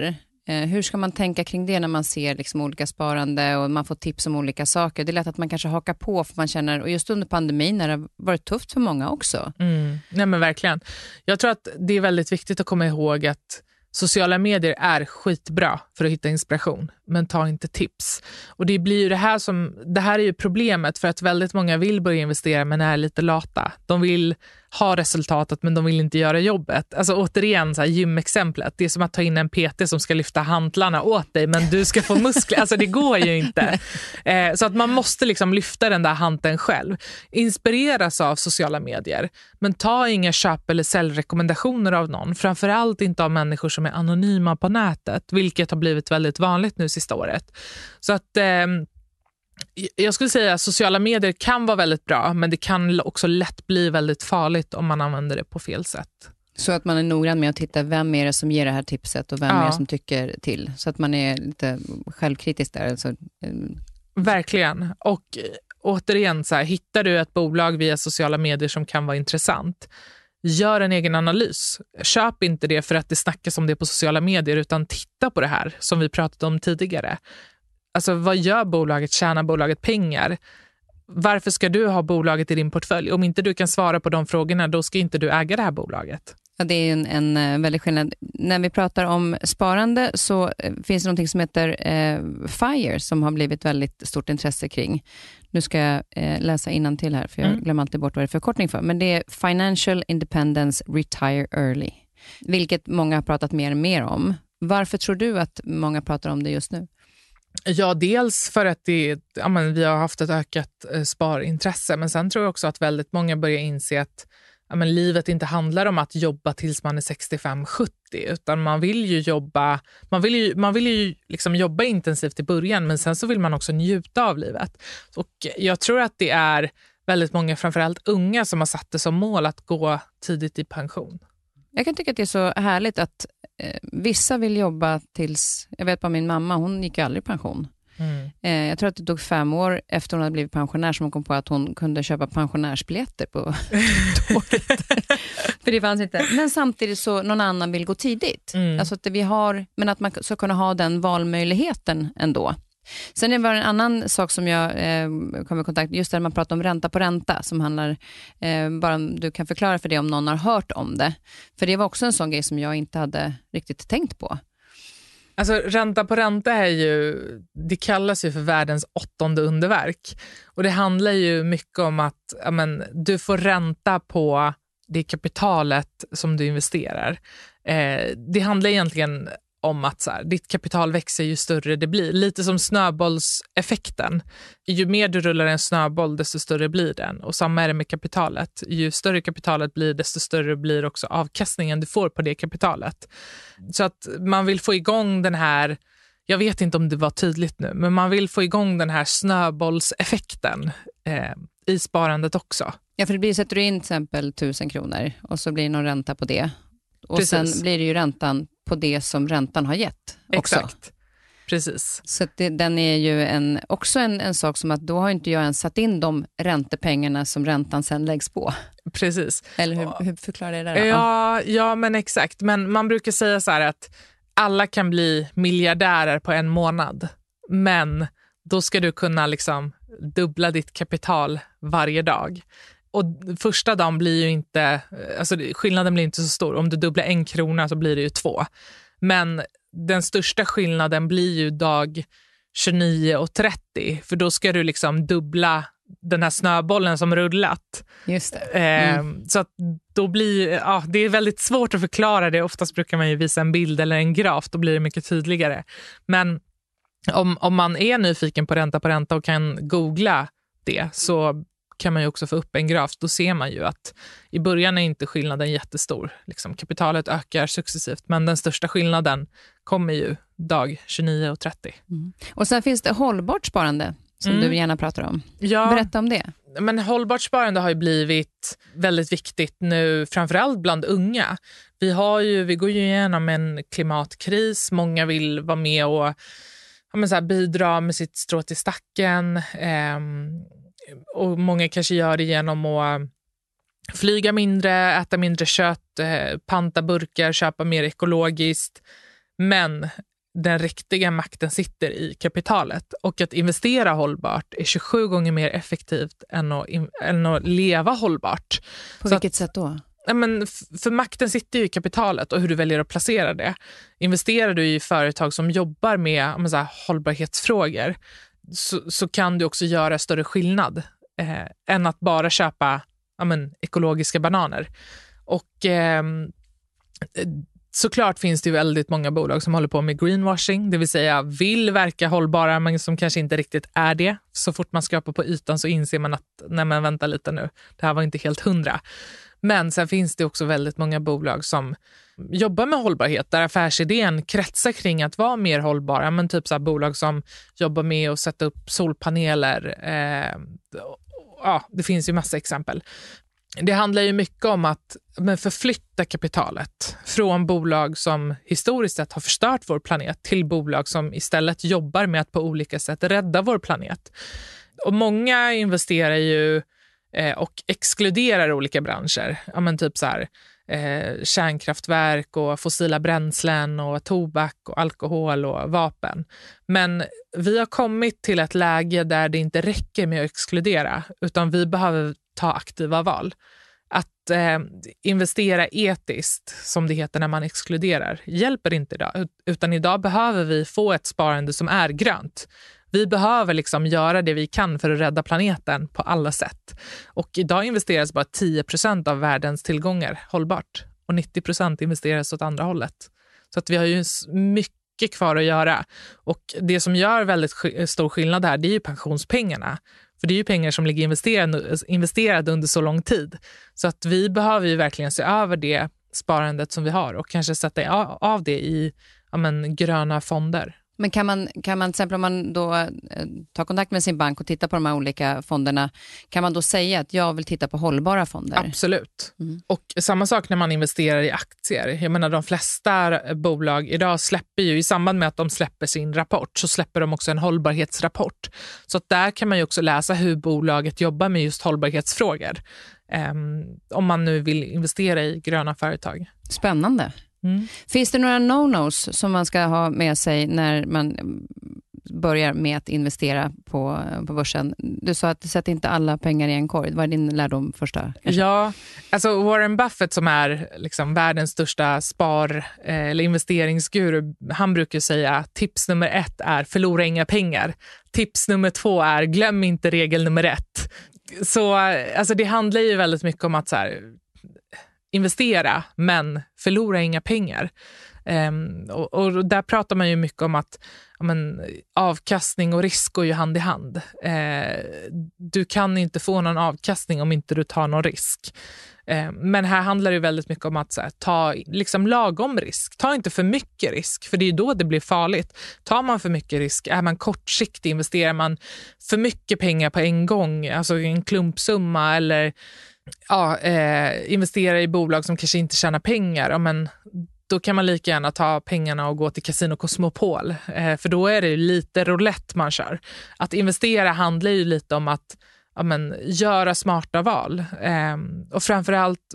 Eh, hur ska man tänka kring det när man ser liksom olika sparande och man får tips om olika saker? Det är lätt att man kanske hakar på för man känner, och just under pandemin när det har varit tufft för många också. Mm. Nej men verkligen. Jag tror att det är väldigt viktigt att komma ihåg att sociala medier är skitbra för att hitta inspiration, men ta inte tips. Och det blir ju det här som, det här är ju problemet, för att väldigt många vill börja investera men är lite lata. De vill ha resultatet men de vill inte göra jobbet. Alltså återigen så här gymexemplet. Det är som att ta in en P T som ska lyfta hantlarna åt dig men du ska få muskler. Alltså det går ju inte. Eh, så att man måste liksom lyfta den där hanteln själv. Inspireras av sociala medier, men ta inga köp- eller säljrekommendationer av någon. Framförallt inte av människor som är anonyma på nätet, vilket har blivit väldigt vanligt nu sista året. Så att eh, jag skulle säga att sociala medier kan vara väldigt bra, men det kan också lätt bli väldigt farligt om man använder det på fel sätt. Så att man är noggrann med att titta vem är det som ger det här tipset och vem ja. är det som tycker till. Så att man är lite självkritisk där. Alltså. Verkligen. Och återigen, så här, hittar du ett bolag via sociala medier som kan vara intressant, gör en egen analys. Köp inte det för att det snackas om det på sociala medier, utan titta på det här som vi pratade om tidigare. Alltså vad gör bolaget? Tjänar bolaget pengar? Varför ska du ha bolaget i din portfölj? Om inte du kan svara på de frågorna, då ska inte du äga det här bolaget. Ja, det är en, en väldigt skillnad. När vi pratar om sparande så finns det något som heter eh, FIRE som har blivit väldigt stort intresse kring. Nu ska jag eh, läsa innantill här för jag mm. glömmer alltid bort vad det är förkortning för. Men det är Financial Independence Retire Early. Vilket många har pratat mer och mer om. Varför tror du att många pratar om det just nu? Ja, dels för att det, ja, men vi har haft ett ökat eh, sparintresse. Men sen tror jag också att väldigt många börjar inse att ja, men livet inte handlar om att jobba tills man är sextiofem sjuttio. Utan man vill ju jobba, man vill ju, man vill ju liksom jobba intensivt i början. Men sen så vill man också njuta av livet. Och jag tror att det är väldigt många, framförallt unga, som har satt det som mål att gå tidigt i pension. Jag kan tycka att det är så härligt att eh, vissa vill jobba tills, jag vet bara min mamma, hon gick ju aldrig i pension. Mm. Eh, jag tror att det tog fem år efter hon hade blivit pensionär som hon kom på att hon kunde köpa pensionärsbiljetter på tåget. För det fanns inte. Men samtidigt så någon annan vill gå tidigt. Mm. Alltså att vi har, men att man ska kunna ha den valmöjligheten ändå. Sen är det en annan sak som jag eh, kom i kontakt just där man pratar om ränta på ränta som handlar, eh, bara om du kan förklara för det om någon har hört om det. För det var också en sån grej som jag inte hade riktigt tänkt på. Alltså ränta på ränta är ju, det kallas ju för världens åttonde underverk. Och det handlar ju mycket om att ja, men, du får ränta på det kapitalet som du investerar. Eh, det handlar egentligen om att så här, ditt kapital växer ju större det blir. Lite som snöbollseffekten. Ju mer du rullar en snöboll desto större blir den. Och samma är det med kapitalet. Ju större kapitalet blir desto större blir också avkastningen du får på det kapitalet. Så att man vill få igång den här, jag vet inte om det var tydligt nu, men man vill få igång den här snöbollseffekten eh, i sparandet också. Ja, för det blir, sätter du in till exempel tusen kronor och så blir det någon ränta på det. Och Precis. Sen blir det ju räntan på det som räntan har gett också. Exakt, precis. Så att det, den är ju en, också en, en sak som att då har inte jag ens satt in de räntepengarna som räntan sen läggs på. Precis. Eller hur, hur förklarar det där? Ja, ja, men exakt. Men man brukar säga så här att alla kan bli miljardärer på en månad. Men då ska du kunna liksom dubbla ditt kapital varje dag. Och första dagen blir ju inte, alltså skillnaden blir inte så stor. Om du dubblar en krona så blir det ju två. Men den största skillnaden blir ju dag tjugonio och trettio. För då ska du liksom dubbla den här snöbollen som rullat. Just det. Mm. Eh, så att då blir, ja, det är väldigt svårt att förklara det. Oftast brukar man ju visa en bild eller en graf. Då blir det mycket tydligare. Men om, om man är nyfiken på ränta på ränta och kan googla det så kan man ju också få upp en graf. Då ser man ju att i början är inte skillnaden jättestor. Liksom, kapitalet ökar successivt. Men den största skillnaden kommer ju dag tjugonio och trettio. Mm. Och sen finns det hållbart sparande som mm. du gärna pratar om. Ja, berätta om det. Men hållbart sparande har ju blivit väldigt viktigt nu, framförallt bland unga. Vi, har ju, vi går ju igenom en klimatkris. Många vill vara med och ja, men så här, bidra med sitt strå till stacken. Ehm, och många kanske gör det genom att flyga mindre, äta mindre kött, panta burkar, köpa mer ekologiskt. Men den riktiga makten sitter i kapitalet. Och att investera hållbart är tjugosju gånger mer effektivt än att, än att leva hållbart. På Så vilket att, sätt då? Ja, men för makten sitter ju i kapitalet och hur du väljer att placera det. Investerar du i företag som jobbar med, med så här, hållbarhetsfrågor så, så kan du också göra större skillnad eh, än att bara köpa ja, men, ekologiska bananer. Och eh, såklart finns det ju väldigt många bolag som håller på med greenwashing, det vill säga vill verka hållbara men som kanske inte riktigt är det. Så fort man skrapar på ytan så inser man att nej men vänta lite nu, det här var inte helt hundra. Men sen finns det också väldigt många bolag som jobbar med hållbarhet där affärsidén kretsar kring att vara mer hållbara. Men typ så här bolag som jobbar med att sätta upp solpaneler. Eh, ja, det finns ju massa exempel. Det handlar ju mycket om att men förflytta kapitalet från bolag som historiskt sett har förstört vår planet till bolag som istället jobbar med att på olika sätt rädda vår planet. Och många investerar ju och exkluderar olika branscher. Ja, men typ så här, eh, kärnkraftverk och fossila bränslen och tobak och alkohol och vapen. Men vi har kommit till ett läge där det inte räcker med att exkludera utan vi behöver ta aktiva val. Att eh, investera etiskt, som det heter när man exkluderar, hjälper inte idag. Utan idag behöver vi få ett sparande som är grönt. Vi behöver liksom göra det vi kan för att rädda planeten på alla sätt. Och idag investeras bara tio procent av världens tillgångar hållbart. Och nittio procent investeras åt andra hållet. Så att vi har ju mycket kvar att göra. Och det som gör väldigt stor skillnad här, det är ju pensionspengarna. För det är ju pengar som ligger investerade, investerade under så lång tid. Så att vi behöver ju verkligen se över det sparandet som vi har. Och kanske sätta av det i ja men, gröna fonder. Men kan man, kan man till exempel om man då eh, tar kontakt med sin bank och tittar på de här olika fonderna, kan man då säga att jag vill titta på hållbara fonder? Absolut. Mm. Och samma sak när man investerar i aktier. Jag menar de flesta bolag idag släpper ju, i samband med att de släpper sin rapport så släpper de också en hållbarhetsrapport. Så att där kan man ju också läsa hur bolaget jobbar med just hållbarhetsfrågor. Um, om man nu vill investera i gröna företag. Spännande. Mm. Finns det några no-nos som man ska ha med sig när man börjar med att investera på, på börsen? Du sa att sätt inte alla pengar i en korg. Vad är din lärdom första? Kanske? Ja, alltså Warren Buffett som är liksom världens största spar- eller investeringsguru, han brukar säga att tips nummer ett är förlora inga pengar. Tips nummer två är glöm inte regel nummer ett. Så alltså det handlar ju väldigt mycket om att så här, investera men förlora inga pengar. Um, och, och där pratar man ju mycket om att ja, men, avkastning och risk går ju hand i hand. Uh, du kan inte få någon avkastning om inte du tar någon risk. Uh, men här handlar det väldigt mycket om att så här, ta liksom lagom risk. Ta inte för mycket risk, för det är då det blir farligt. Tar man för mycket risk, är man kortsiktig, investerar man för mycket pengar på en gång, alltså en klumpsumma eller ja, eh, investera i bolag som kanske inte tjänar pengar, ja, men då kan man lika gärna ta pengarna och gå till Casino Cosmopol. Eh, för då är det lite roulette man kör. Att investera handlar ju lite om att ja, men, göra smarta val. Eh, och framförallt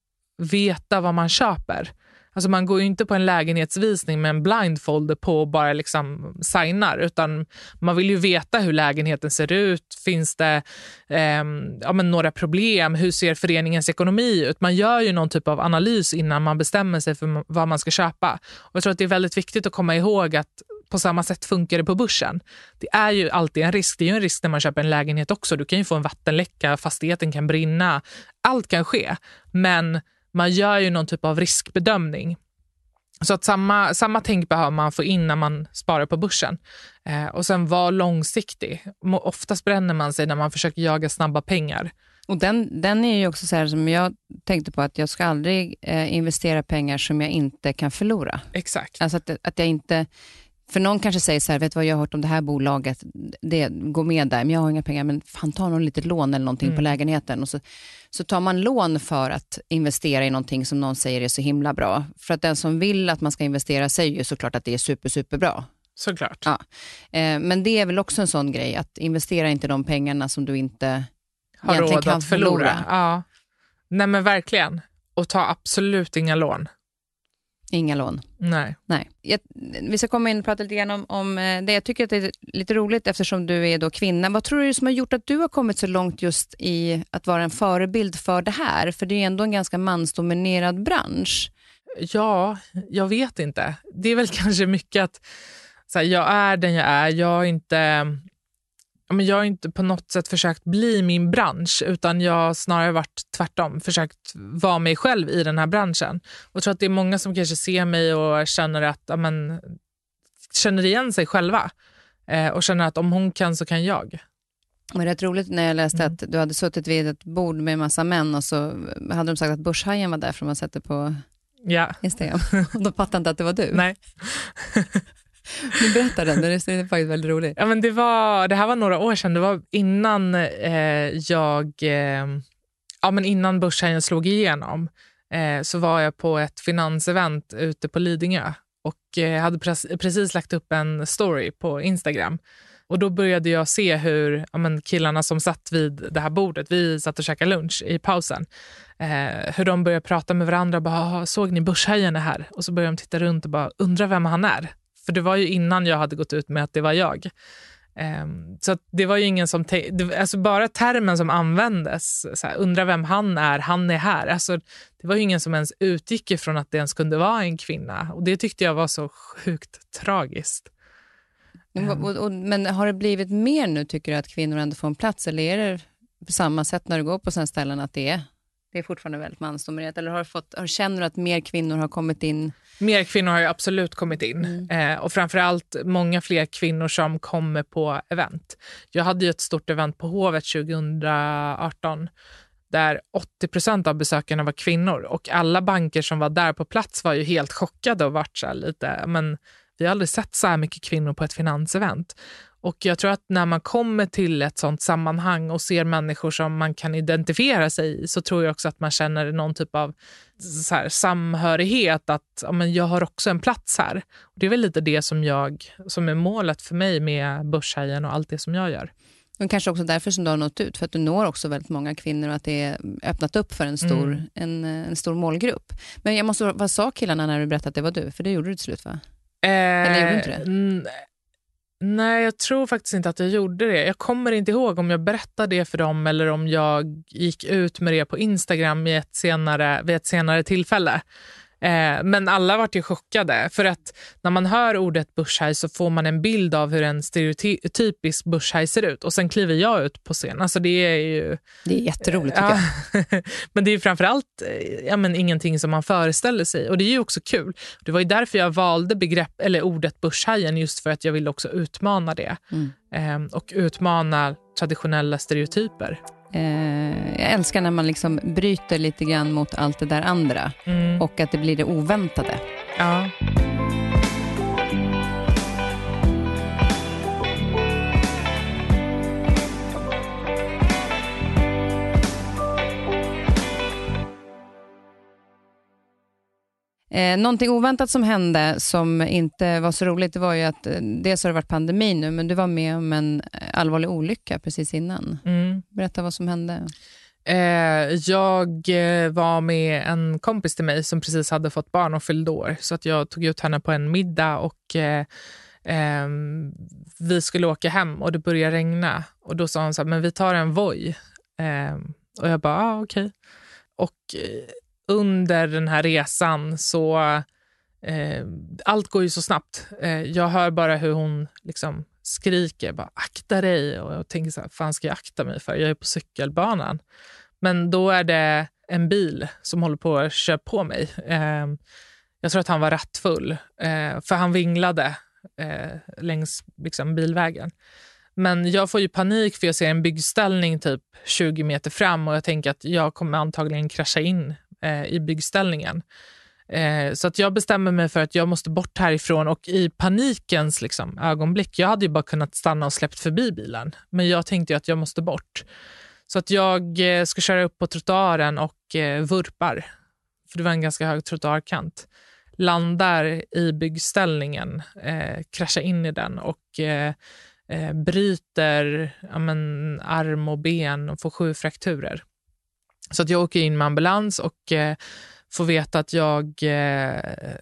veta vad man köper. Alltså man går ju inte på en lägenhetsvisning med en blindfold på och bara liksom signar, utan man vill ju veta hur lägenheten ser ut. Finns det eh, ja, men några problem? Hur ser föreningens ekonomi ut? Man gör ju någon typ av analys innan man bestämmer sig för vad man ska köpa. Och jag tror att det är väldigt viktigt att komma ihåg att på samma sätt funkar det på börsen. Det är ju alltid en risk. Det är ju en risk när man köper en lägenhet också. Du kan ju få en vattenläcka, fastigheten kan brinna. Allt kan ske, men man gör ju någon typ av riskbedömning. Så att samma, samma tänk behöver man få in när man sparar på börsen. Eh, och sen vara långsiktig. Oftast bränner man sig när man försöker jaga snabba pengar. Och den, den är ju också så här som jag tänkte på, att jag ska aldrig eh, investera pengar som jag inte kan förlora. Exakt. Alltså att, att jag inte... För någon kanske säger så här, vet du vad, jag har hört om det här bolaget, det går med där, men jag har inga pengar, men fan, ta någon litet lån eller någonting mm. på lägenheten. Och så, så tar man lån för att investera i någonting som någon säger är så himla bra. För att den som vill att man ska investera säger ju såklart att det är super, super bra. Såklart. Ja. Eh, men det är väl också en sån grej, att investera inte de pengarna som du inte har egentligen råd kan att förlora. förlora. Ja. Nej men verkligen. Och ta absolut inga lån. Inga lån. Nej. Nej. Jag, vi ska komma in och prata lite grann om, om det. Jag tycker att det är lite roligt eftersom du är då kvinna. Vad tror du som har gjort att du har kommit så långt just i att vara en förebild för det här? För det är ändå en ganska mansdominerad bransch. Ja, jag vet inte. Det är väl kanske mycket att så här, jag är den jag är. Jag har inte... Men jag har inte på något sätt försökt bli min bransch, utan jag har snarare varit tvärtom, försökt vara mig själv i den här branschen. Och jag tror att det är många som kanske ser mig och känner att ja, men, känner igen sig själva eh, och känner att om hon kan så kan jag. Och det är rätt roligt när jag läste mm. att du hade suttit vid ett bord med en massa män och så hade de sagt att Börshajen var där för man sätter på ja. Instagram. Och de fattade inte att det var du. Nej. Du berättade den, det är faktiskt väldigt roligt. Ja, men det, var, det här var några år sedan, det var innan eh, jag, eh, ja men innan Börshajen slog igenom eh, så var jag på ett finansevent ute på Lidingö och eh, hade pre- precis lagt upp en story på Instagram. Och då började jag se hur ja, men killarna som satt vid det här bordet, vi satt och käkade lunch i pausen, eh, hur de började prata med varandra och bara, såg ni Börshajen är här? Och så började de titta runt och bara, undra vem han är. För det var ju innan jag hade gått ut med att det var jag. Um, så att det var ju ingen som... Te- det, alltså bara termen som användes, så här, undra vem han är, han är här. Alltså, det var ju ingen som ens utgick ifrån att det ens kunde vara en kvinna. Och det tyckte jag var så sjukt tragiskt. Um. Och, och, men har det blivit mer nu, tycker du, att kvinnor ändå får en plats? Eller är det på samma sätt när du går på sådana ställen att det är, det är fortfarande väldigt mansdominerat? Eller har du fått, har, känner du att mer kvinnor har kommit in? Mer kvinnor har ju absolut kommit in. Mm. Eh, och framförallt många fler kvinnor som kommer på event. Jag hade ju ett stort event på Hovet tjugoarton där åttio procent av besökarna var kvinnor. Och alla banker som var där på plats var ju helt chockade och vart så här lite, men vi har aldrig sett så här mycket kvinnor på ett finansevent. Och jag tror att när man kommer till ett sånt sammanhang och ser människor som man kan identifiera sig i, så tror jag också att man känner någon typ av så här, samhörighet, att ja, men jag har också en plats här. Och det är väl lite det som, jag, som är målet för mig med Börshajen och allt det som jag gör. Men kanske också därför som du har nått ut, för att du når också väldigt många kvinnor och att det är öppnat upp för en stor, mm. en, en stor målgrupp. Men jag måste, vad sa killarna när du berättade att det var du? För det gjorde du till slut, va? Eh, Eller gjorde du inte det? N- Nej, jag tror faktiskt inte att jag gjorde det. Jag kommer inte ihåg om jag berättade det för dem eller om jag gick ut med det på Instagram i ett senare, vid ett senare tillfälle. Eh, men alla var ju chockade, för att när man hör ordet börshaj så får man en bild av hur en stereotypisk börshaj ser ut, och sen kliver jag ut på scen. Alltså det är ju... Det är jätteroligt, tycker ja. jag. Men det är framförallt ja, men ingenting som man föreställer sig, och det är ju också kul. Det var ju därför jag valde begrepp, eller ordet börshajen, just för att jag ville också utmana det. Mm. Eh, och utmana traditionella stereotyper. Eh, jag älskar när man liksom bryter lite grann mot allt det där andra, mm. och att det blir det oväntade. Ja. Eh, någonting oväntat som hände som inte var så roligt, det var ju att eh, dels har det varit pandemi nu, men du var med om en allvarlig olycka precis innan. Mm. Berätta vad som hände. Eh, jag eh, var med en kompis till mig som precis hade fått barn och fyllde år, så att jag tog ut henne på en middag och eh, eh, vi skulle åka hem och det började regna, och då sa hon så här, men vi tar en Voi. Eh, och jag bara, ah, okej. Okay. Och eh, under den här resan så eh, allt går ju så snabbt. Eh, jag hör bara hur hon liksom skriker, bara akta dig, och jag tänker så här, fan ska jag akta mig för? Jag är på cykelbanan. Men då är det en bil som håller på att köra på mig. Eh, jag tror att han var rattfull, eh, för han vinglade eh, längs liksom, bilvägen. Men jag får ju panik för jag ser en byggställning typ tjugo meter fram, och jag tänker att jag kommer antagligen krascha in eh, i byggställningen. Eh, så att jag bestämmer mig för att jag måste bort härifrån, och i panikens liksom, ögonblick, jag hade ju bara kunnat stanna och släppt förbi bilen, men jag tänkte ju att jag måste bort. Så att jag eh, ska köra upp på trottoaren och eh, vurpar, för det var en ganska hög trottoarkant. Landar i byggställningen, eh, kraschar in i den och eh, eh, bryter ja, men, arm och ben och får sju frakturer. Så att jag åker in med ambulans och eh, får veta att jag eh,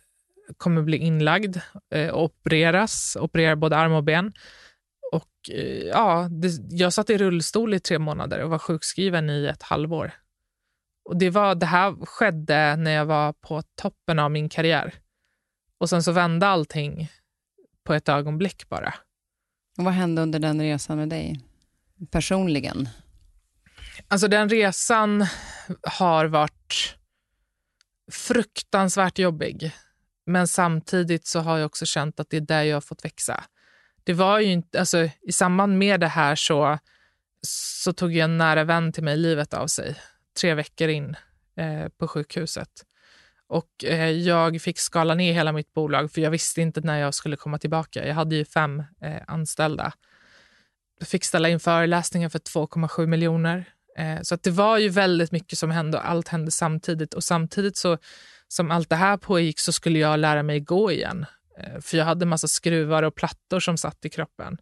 kommer bli inlagd eh, och opereras, opererar både arm och ben. Och eh, ja, det, jag satt i rullstol i tre månader och var sjukskriven i ett halvår. Och det, var, det här skedde när jag var på toppen av min karriär. Och sen så vände allting på ett ögonblick bara. Och vad hände under den resan med dig personligen? Alltså den resan har varit fruktansvärt jobbig. Men samtidigt så har jag också känt att det är där jag har fått växa. Det var ju inte, alltså i samband med det här så, så tog jag en nära vän till mig livet av sig. Tre veckor in eh, på sjukhuset. Och eh, jag fick skala ner hela mitt bolag för jag visste inte när jag skulle komma tillbaka. Jag hade ju fem eh, anställda. Jag fick ställa in föreläsningar för två komma sju miljoner. Eh, så att det var ju väldigt mycket som hände och allt hände samtidigt. Och samtidigt så som allt det här pågick så skulle jag lära mig gå igen. Eh, för jag hade massa skruvar och plattor som satt i kroppen.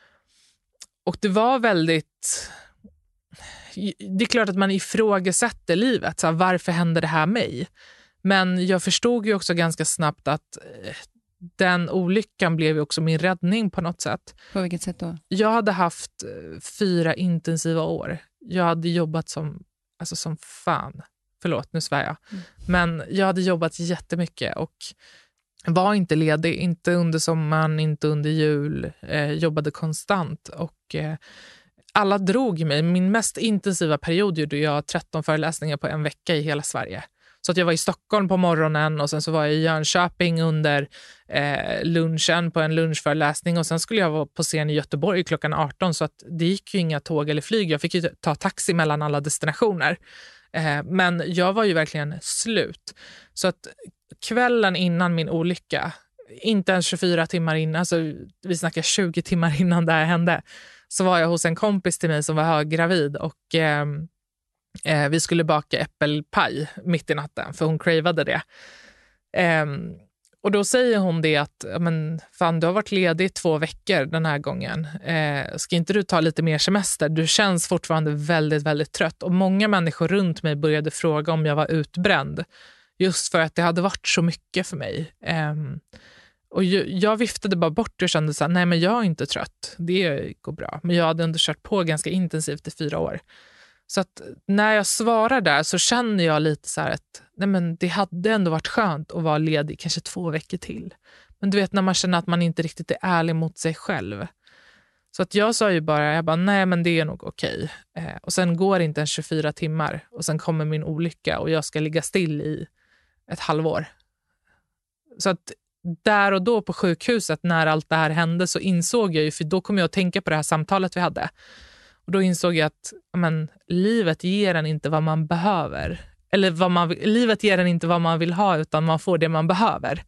Och det var väldigt... Det är klart att man ifrågasätter livet. Så här, varför händer det här mig? Men jag förstod ju också ganska snabbt att den olyckan blev ju också min räddning på något sätt. På vilket sätt då? Jag hade haft fyra intensiva år. Jag hade jobbat som, alltså som fan. Förlåt, nu svär jag. Mm. Men jag hade jobbat jättemycket och var inte ledig. Inte under sommaren, inte under jul. Eh, jobbade konstant och... Eh, alla drog mig. Min mest intensiva period gjorde jag tretton föreläsningar på en vecka i hela Sverige. Så att jag var i Stockholm på morgonen och sen så var jag i Jönköping under eh, lunchen på en lunchföreläsning och sen skulle jag vara på scen i Göteborg klockan arton så att det gick ju inga tåg eller flyg. Jag fick ju ta taxi mellan alla destinationer. Eh, men jag var ju verkligen slut. Så att kvällen innan min olycka, inte ens tjugofyra timmar innan, alltså vi snackar tjugo timmar innan det här hände, så var jag hos en kompis till mig som var höggravid och eh, eh, vi skulle baka äppelpaj mitt i natten för hon cravade det. Eh, och då säger hon det att men fan, du har varit ledig två veckor den här gången. Eh, ska inte du ta lite mer semester? Du känns fortfarande väldigt, väldigt trött. Och många människor runt mig började fråga om jag var utbränd. Just för att det hade varit så mycket för mig. Eh, Och jag viftade bara bort och kände så här, nej men jag är inte trött. Det går bra. Men jag hade ändå kört på ganska intensivt i fyra år. Så att när jag svarar där så känner jag lite så här att nej men det hade ändå varit skönt att vara ledig kanske två veckor till. Men du vet när man känner att man inte riktigt är ärlig mot sig själv. Så att jag sa ju bara, jag bara nej men det är nog okej. Eh, och sen går det inte en tjugofyra timmar och sen kommer min olycka och jag ska ligga still i ett halvår. Så att där och då på sjukhuset när allt det här hände så insåg jag ju, för då kom jag att tänka på det här samtalet vi hade. Och då insåg jag att men, livet ger en inte vad man behöver. Eller vad man, livet ger en inte vad man vill ha utan man får det man behöver.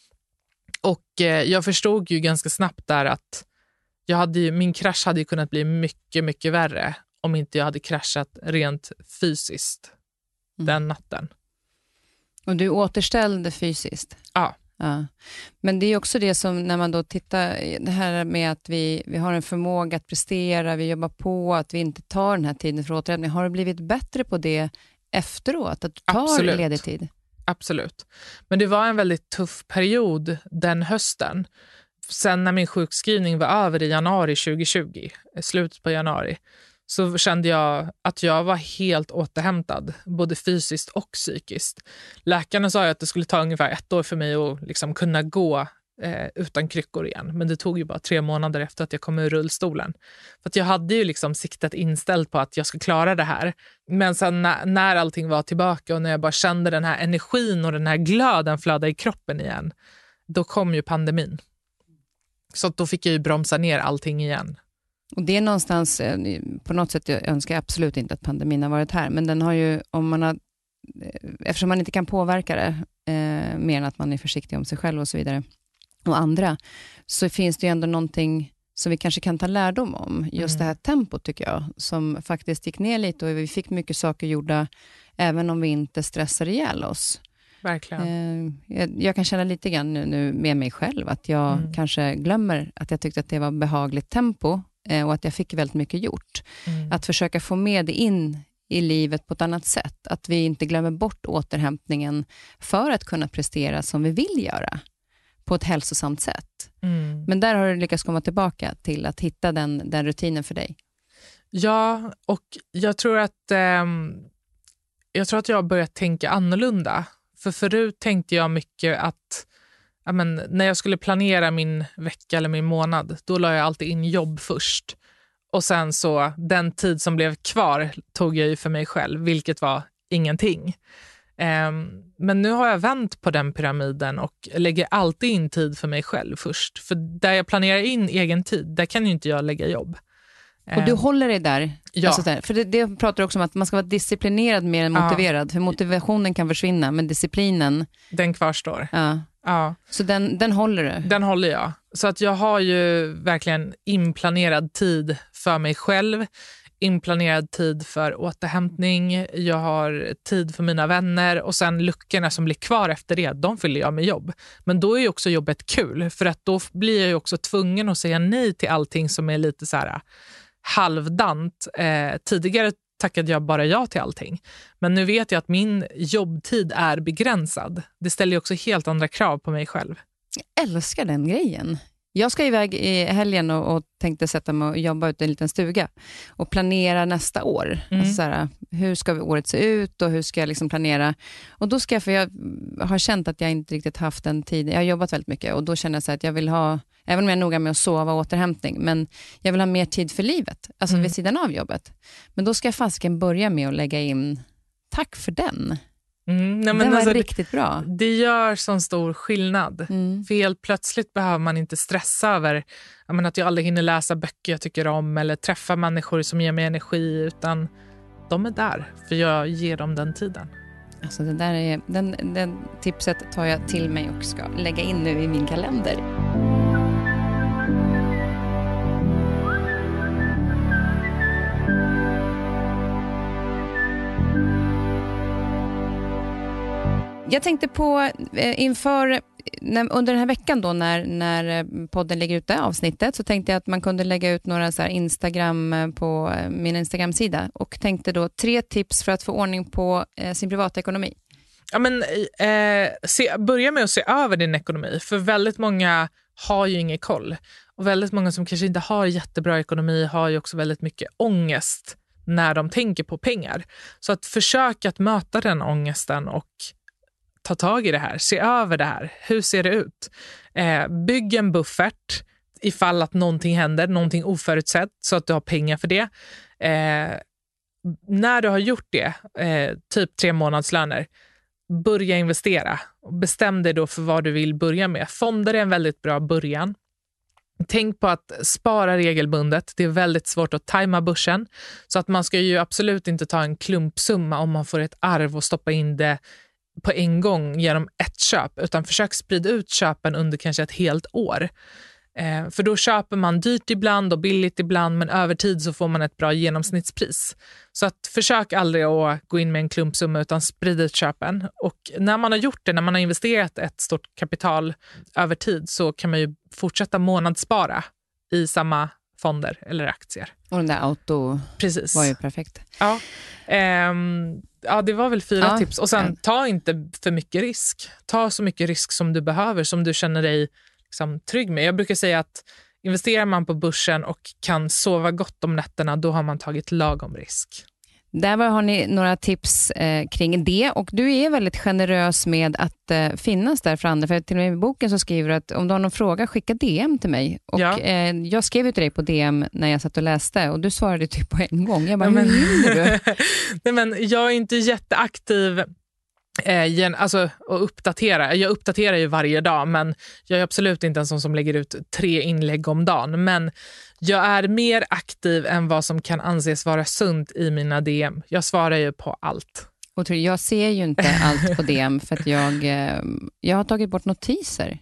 Och eh, jag förstod ju ganska snabbt där att jag hade ju, min krasch hade ju kunnat bli mycket, mycket värre om inte jag hade kraschat rent fysiskt mm. den natten. Och du återställde fysiskt? Ja. Ja. Men det är också det som när man då tittar, det här med att vi, vi har en förmåga att prestera, vi jobbar på, att vi inte tar den här tiden för återhämtning. Har du blivit bättre på det efteråt, att du tar Absolut. ledig tid? Absolut. Men det var en väldigt tuff period den hösten. Sen när min sjukskrivning var över i januari tjugohundratjugo, slutet på januari, så kände jag att jag var helt återhämtad, både fysiskt och psykiskt. Läkarna sa ju att det skulle ta ungefär ett år för mig att liksom kunna gå eh, utan kryckor igen. Men det tog ju bara tre månader efter att jag kom ur rullstolen. För att jag hade ju liksom siktat inställt på att jag ska klara det här. Men sen när, när allting var tillbaka och när jag bara kände den här energin och den här glöden flöda i kroppen igen, då kom ju pandemin. Så då fick jag ju bromsa ner allting igen. Och det är någonstans, på något sätt, jag önskar absolut inte att pandemin har varit här, men den har ju, om man har, eftersom man inte kan påverka det, eh, mer än att man är försiktig om sig själv och så vidare, och andra, så finns det ju ändå någonting som vi kanske kan ta lärdom om. Just mm. det här tempot tycker jag, som faktiskt gick ner lite och vi fick mycket saker gjorda, även om vi inte stressar ihjäl oss. Verkligen. Eh, jag, jag kan känna lite grann nu, nu med mig själv, att jag mm. kanske glömmer att jag tyckte att det var behagligt tempo, och att jag fick väldigt mycket gjort. Mm. Att försöka få med det in i livet på ett annat sätt. Att vi inte glömmer bort återhämtningen för att kunna prestera som vi vill göra på ett hälsosamt sätt. Mm. Men där har du lyckats komma tillbaka till att hitta den, den rutinen för dig. Ja, och jag tror att eh, jag tror att jag har börjat tänka annorlunda. För förut tänkte jag mycket att ja, men, när jag skulle planera min vecka eller min månad, då la jag alltid in jobb först. Och sen så, den tid som blev kvar tog jag ju för mig själv, vilket var ingenting. Eh, men nu har jag vänt på den pyramiden och lägger alltid in tid för mig själv först. För där jag planerar in egen tid, där kan ju inte jag lägga jobb. Och du håller dig där? Ja. Alltså där. För det, det pratar också om att man ska vara disciplinerad mer än motiverad. Ja. För motivationen kan försvinna, men disciplinen... Den kvarstår. Ja. Ja. Så den, den håller du? Den håller jag. Så att jag har ju verkligen inplanerad tid för mig själv. Inplanerad tid för återhämtning. Jag har tid för mina vänner. Och sen luckorna som blir kvar efter det, de fyller jag med jobb. Men då är ju också jobbet kul. För att då blir jag ju också tvungen att säga nej till allting som är lite så här... halvdant. Eh, tidigare tackade jag bara ja till allting. Men nu vet jag att min jobbtid är begränsad. Det ställer ju också helt andra krav på mig själv. Jag älskar den grejen. Jag ska iväg i helgen och, och tänkte sätta mig och jobba ut i en liten stuga och planera nästa år. Mm. Alltså så här, hur ska året se ut och hur ska jag liksom planera? Och då ska jag, för jag har känt att jag inte riktigt haft den tiden. Jag har jobbat väldigt mycket och då känner jag så att jag vill ha, även om jag är noga med att sova och återhämtning, men jag vill ha mer tid för livet, alltså mm. vid sidan av jobbet. Men då ska jag fasken börja med att lägga in, tack för den. Mm, nej, men den var alltså, riktigt bra. Det, det gör sån stor skillnad. Mm. För helt plötsligt behöver man inte stressa över jag menar, att jag aldrig hinner läsa böcker jag tycker om eller träffa människor som ger mig energi, utan de är där för jag ger dem den tiden. Alltså det där är, den, den tipset tar jag till mig och ska lägga in nu i min kalender. Jag tänkte på eh, inför när, under den här veckan då när, när podden lägger ut det avsnittet, så tänkte jag att man kunde lägga ut några så här Instagram på min Instagram-sida och tänkte då tre tips för att få ordning på eh, sin privatekonomi. Ja, men eh, se, börja med att se över din ekonomi, för väldigt många har ju ingen koll och väldigt många som kanske inte har jättebra ekonomi har ju också väldigt mycket ångest när de tänker på pengar. Så att försöka att möta den ångesten och ta tag i det här, se över det här. Hur ser det ut? Eh, bygg en buffert ifall att någonting händer, någonting oförutsett, så att du har pengar för det. Eh, när du har gjort det, eh, typ tre månadslöner, börja investera. Bestäm dig då för vad du vill börja med. Fonder är en väldigt bra början. Tänk på att spara regelbundet. Det är väldigt svårt att tajma börsen. Så att man ska ju absolut inte ta en klumpsumma om man får ett arv och stoppa in det på en gång genom ett köp, utan försök sprida ut köpen under kanske ett helt år. Eh, för då köper man dyrt ibland och billigt ibland, men över tid så får man ett bra genomsnittspris. Så att försök aldrig att gå in med en klumpsumma utan sprida ut köpen. Och när man har gjort det, när man har investerat ett stort kapital över tid, så kan man ju fortsätta månadsspara i samma fonder eller aktier. Och den där auto Precis. Var ju perfekt. Ja, ehm, ja det var väl fyra ja. tips. Och sen ta inte för mycket risk. Ta så mycket risk som du behöver, som du känner dig liksom trygg med. Jag brukar säga att investerar man på börsen och kan sova gott om nätterna, då har man tagit lagom risk. Där har ni några tips eh, kring det, och du är väldigt generös med att eh, finnas där för andra, för till och med i boken så skriver du att om du har någon fråga, skicka D M till mig, och ja. eh, jag skrev ju till dig på D M när jag satt och läste och du svarade typ på en gång. Jag bara, Nej, men, hur du? Nej, men jag är inte jätteaktiv eh, alltså, och uppdatera. Jag uppdaterar ju varje dag, men jag är absolut inte en sån som lägger ut tre inlägg om dagen, men jag är mer aktiv än vad som kan anses vara sunt i mina D M. Jag svarar ju på allt. Och jag ser ju inte allt på D M för att jag, jag har tagit bort notiser.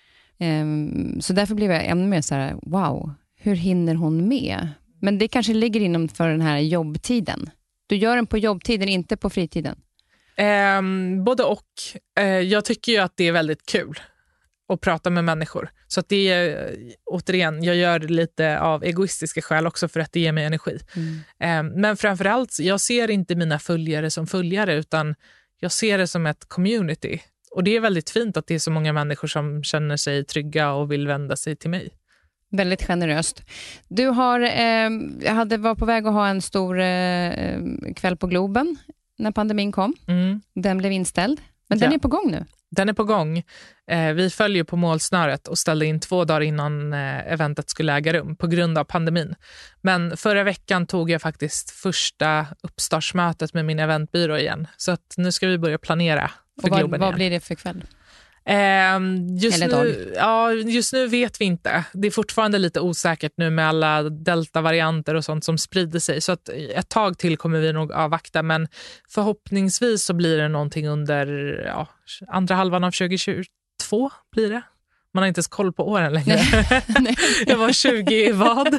Så därför blev jag ännu mer så här, wow, hur hinner hon med? Men det kanske ligger inom för den här jobbtiden. Du gör den på jobbtiden, inte på fritiden. Eh, både och. Eh, jag tycker ju att det är väldigt kul och prata med människor. Så att det är, återigen, jag gör det lite av egoistiska skäl också för att det ger mig energi. Mm. Eh, men framförallt, jag ser inte mina följare som följare utan jag ser det som ett community. Och det är väldigt fint att det är så många människor som känner sig trygga och vill vända sig till mig. Väldigt generöst. Du har, eh, jag hade var på väg att ha en stor eh, kväll på Globen när pandemin kom. Mm. Den blev inställd. Men den ja. är på gång nu. Den är på gång. Eh, vi följer på målsnöret och ställde in två dagar innan eh, eventet skulle äga rum på grund av pandemin. Men förra veckan tog jag faktiskt första uppstartsmötet med min eventbyrå igen. Så att nu ska vi börja planera för och vad, Globen vad igen. blir det för kväll? Eh, just, Eller dag? nu, ja, just nu vet vi inte. Det är fortfarande lite osäkert nu med alla delta-varianter och sånt som sprider sig. Så att ett tag till kommer vi nog avvakta. Men förhoppningsvis så blir det någonting under ja, andra halvan av tjugohundratjugotvå blir det. Man har inte ens koll på åren längre. Nej, nej. Jag var tjugo i vad.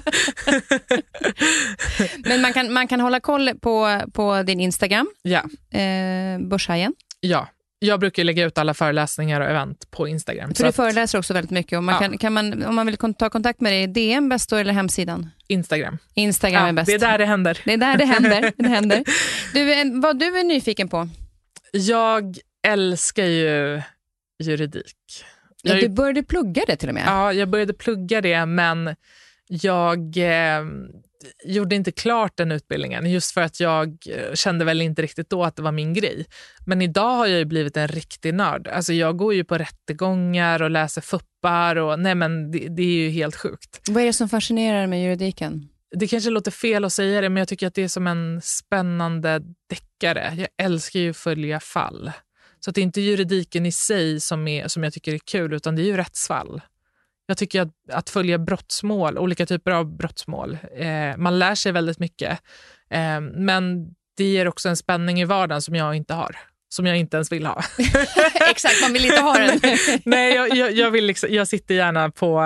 Men man kan, man kan hålla koll på, på din Instagram. Ja. Eh, Börshajen. Ja. Jag brukar lägga ut alla föreläsningar och event på Instagram. För så du att, föreläser också väldigt mycket. Och man ja. kan, kan man, om man vill ta kontakt med dig, D M bäst då eller hemsidan? Instagram. Instagram ja, är bäst. Det är där det händer. Det är där det händer. Det händer. Du, vad du är nyfiken på? Jag älskar ju juridik. Ja, jag, du började plugga det till och med. Ja, jag började plugga det men jag eh, gjorde inte klart den utbildningen just för att jag kände väl inte riktigt då att det var min grej. Men idag har jag ju blivit en riktig nörd. Alltså jag går ju på rättegångar och läser fuppar och nej men det, det är ju helt sjukt. Vad är det som fascinerar med juridiken? Det kanske låter fel att säga det men jag tycker att det är som en spännande deckare. Jag älskar ju att följa fall. Så att det är inte juridiken i sig som, är, som jag tycker är kul utan det är ju rättsfall. Jag tycker att, att följa brottsmål, olika typer av brottsmål, eh, man lär sig väldigt mycket. Eh, men det ger också en spänning i vardagen som jag inte har. Som jag inte ens vill ha. Exakt, man vill inte ha den. Nej, jag, jag, jag, vill liksom, jag sitter gärna på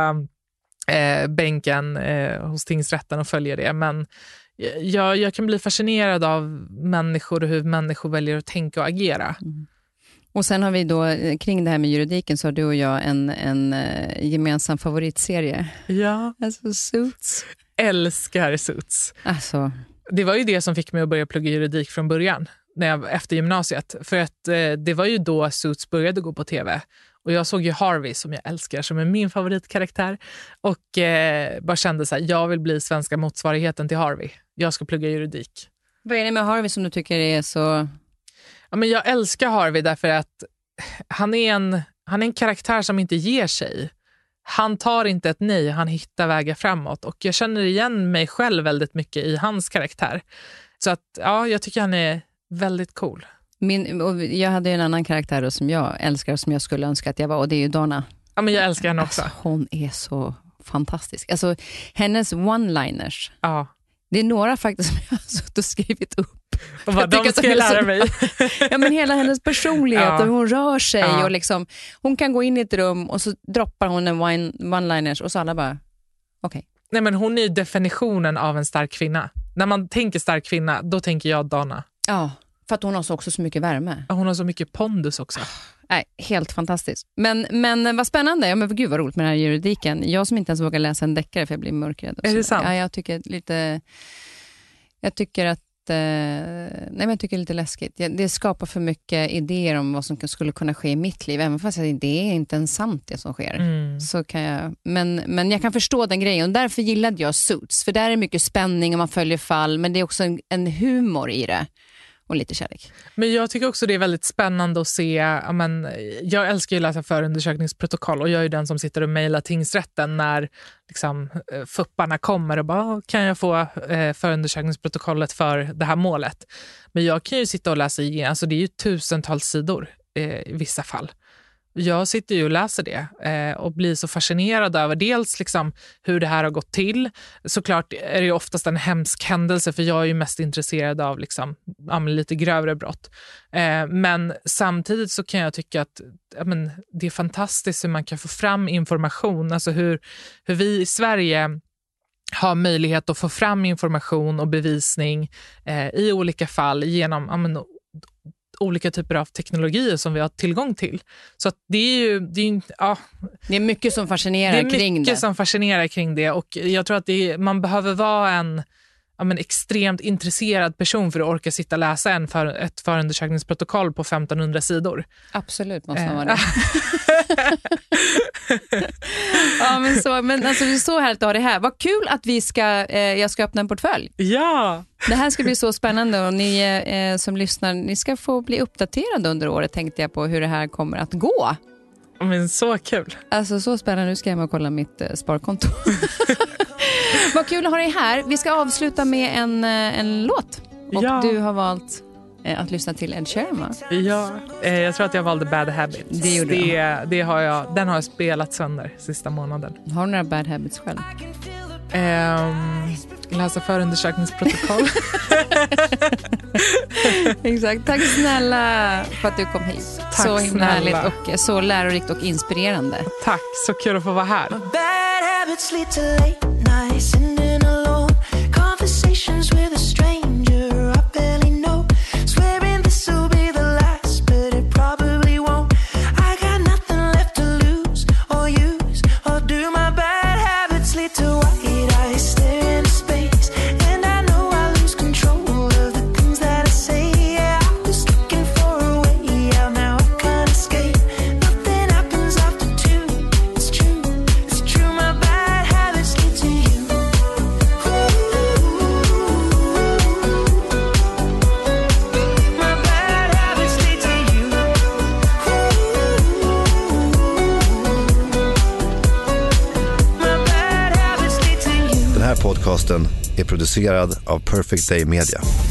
eh, bänken eh, hos tingsrätten och följer det. Men jag, jag kan bli fascinerad av människor och hur människor väljer att tänka och agera. Mm. Och sen har vi då, kring det här med juridiken så har du och jag en, en gemensam favoritserie. Ja. Alltså Suits. Älskar Suits. Alltså. Det var ju det som fick mig att börja plugga juridik från början. När jag, efter gymnasiet. För att eh, det var ju då Suits började gå på tv. Och jag såg ju Harvey som jag älskar som är min favoritkaraktär. Och eh, bara kände så här, jag vill bli svenska motsvarigheten till Harvey. Jag ska plugga juridik. Vad är det med Harvey som du tycker är så... Ja, men jag älskar Harvey därför att han är, en, han är en karaktär som inte ger sig. Han tar inte ett nej, han hittar vägar framåt. Och jag känner igen mig själv väldigt mycket i hans karaktär. Så att, ja, jag tycker han är väldigt cool. Min, och jag hade en annan karaktär då, som jag älskar och som jag skulle önska att jag var. Och det är ju Donna. Ja, men jag älskar henne också. Alltså, hon är så fantastisk. Alltså, hennes one-liners. Ja. Det är några faktiskt som jag har suttit och skrivit upp. Och vad de ska jag lära mig. Ja, men hela hennes personlighet ja. och hur hon rör sig. Ja. Och liksom, hon kan gå in i ett rum och så droppar hon en one-liners och så alla bara, okej. Okay. Nej, men hon är ju definitionen av en stark kvinna. När man tänker stark kvinna, då tänker jag Donna. Ja, för att hon har så också så mycket värme. Hon har så mycket pondus också. Nej, helt fantastiskt. Men, men vad spännande. Ja, men gud vad roligt med den här juridiken. Jag som inte ens vågar läsa en deckare för jag blir mörkrädd. Är det sant? Ja, jag tycker lite... Jag tycker att... Eh, nej, men jag tycker det är lite läskigt. Det skapar för mycket idéer om vad som skulle kunna ske i mitt liv. Även fast det är inte ens sant det som sker. Mm. Så kan jag, men, men jag kan förstå den grejen. Och därför gillade jag Suits. För där är mycket spänning och man följer fall. Men det är också en, en humor i det. Och lite kärlek. Men jag tycker också det är väldigt spännande att se. Jag, men, jag älskar ju att läsa förundersökningsprotokoll och jag är ju den som sitter och mejlar tingsrätten när liksom, fupparna kommer och bara, kan jag få eh, förundersökningsprotokollet för det här målet? Men jag kan ju sitta och läsa igenom, alltså det är ju tusentals sidor eh, i vissa fall. Jag sitter ju och läser det eh, och blir så fascinerad över dels liksom hur det här har gått till. Såklart är det ju oftast en hemsk händelse för jag är ju mest intresserad av liksom, ja, lite grövre brott. Eh, men samtidigt så kan jag tycka att ja, men, det är fantastiskt hur man kan få fram information. Alltså hur, hur vi i Sverige har möjlighet att få fram information och bevisning eh, i olika fall genom ja, men, olika typer av teknologier som vi har tillgång till. Så att det är ju... Det är, ja, det är mycket som fascinerar kring det. Det är mycket som fascinerar kring det. Och jag tror att det är, man behöver vara en... Ja, men extremt intresserad person för att orka sitta och läsa en för, ett förundersökningsprotokoll på femtonhundra sidor. Absolut måste man vara det. Ja, men så, men alltså, det är så härligt att ha det här. Vad kul att vi ska, eh, jag ska öppna en portfölj. Ja! Det här ska bli så spännande och ni eh, som lyssnar, ni ska få bli uppdaterade under året, tänkte jag på hur det här kommer att gå. Men så kul. Alltså så spännande, nu ska jag med och kolla mitt eh, sparkonto. Vad kul att ha dig här. Vi ska avsluta med en, en låt. Och ja. Du har valt eh, att lyssna till Ed Sheeran, va? Ja, eh, jag tror att jag valde Bad Habits. Det gjorde det, jag. Det har jag. Den har jag spelat sönder sista månaden. Har du några Bad Habits själv? Um, läsa förundersökningsprotokoll. Exakt. Tack snälla för att du kom hit. Tack så himla snälla. härligt och så lärorikt och inspirerande. Tack, så kul att få vara här. Habits lead to late nights, sitting alone, conversations with a stranger I barely know, swearing this will be the last, but it probably won't. I got nothing left to lose or use, or do my bad habits lead to white eyes staring into space, and I know I lose control of the things that I say. Yeah, I was looking for a way out, now I can't escape. Nothing happens after two, it's true, it's true, my bad habits lead to you. My bad habits lead to you. My bad habits lead to you. Den här podcasten är producerad av Perfect Day Media.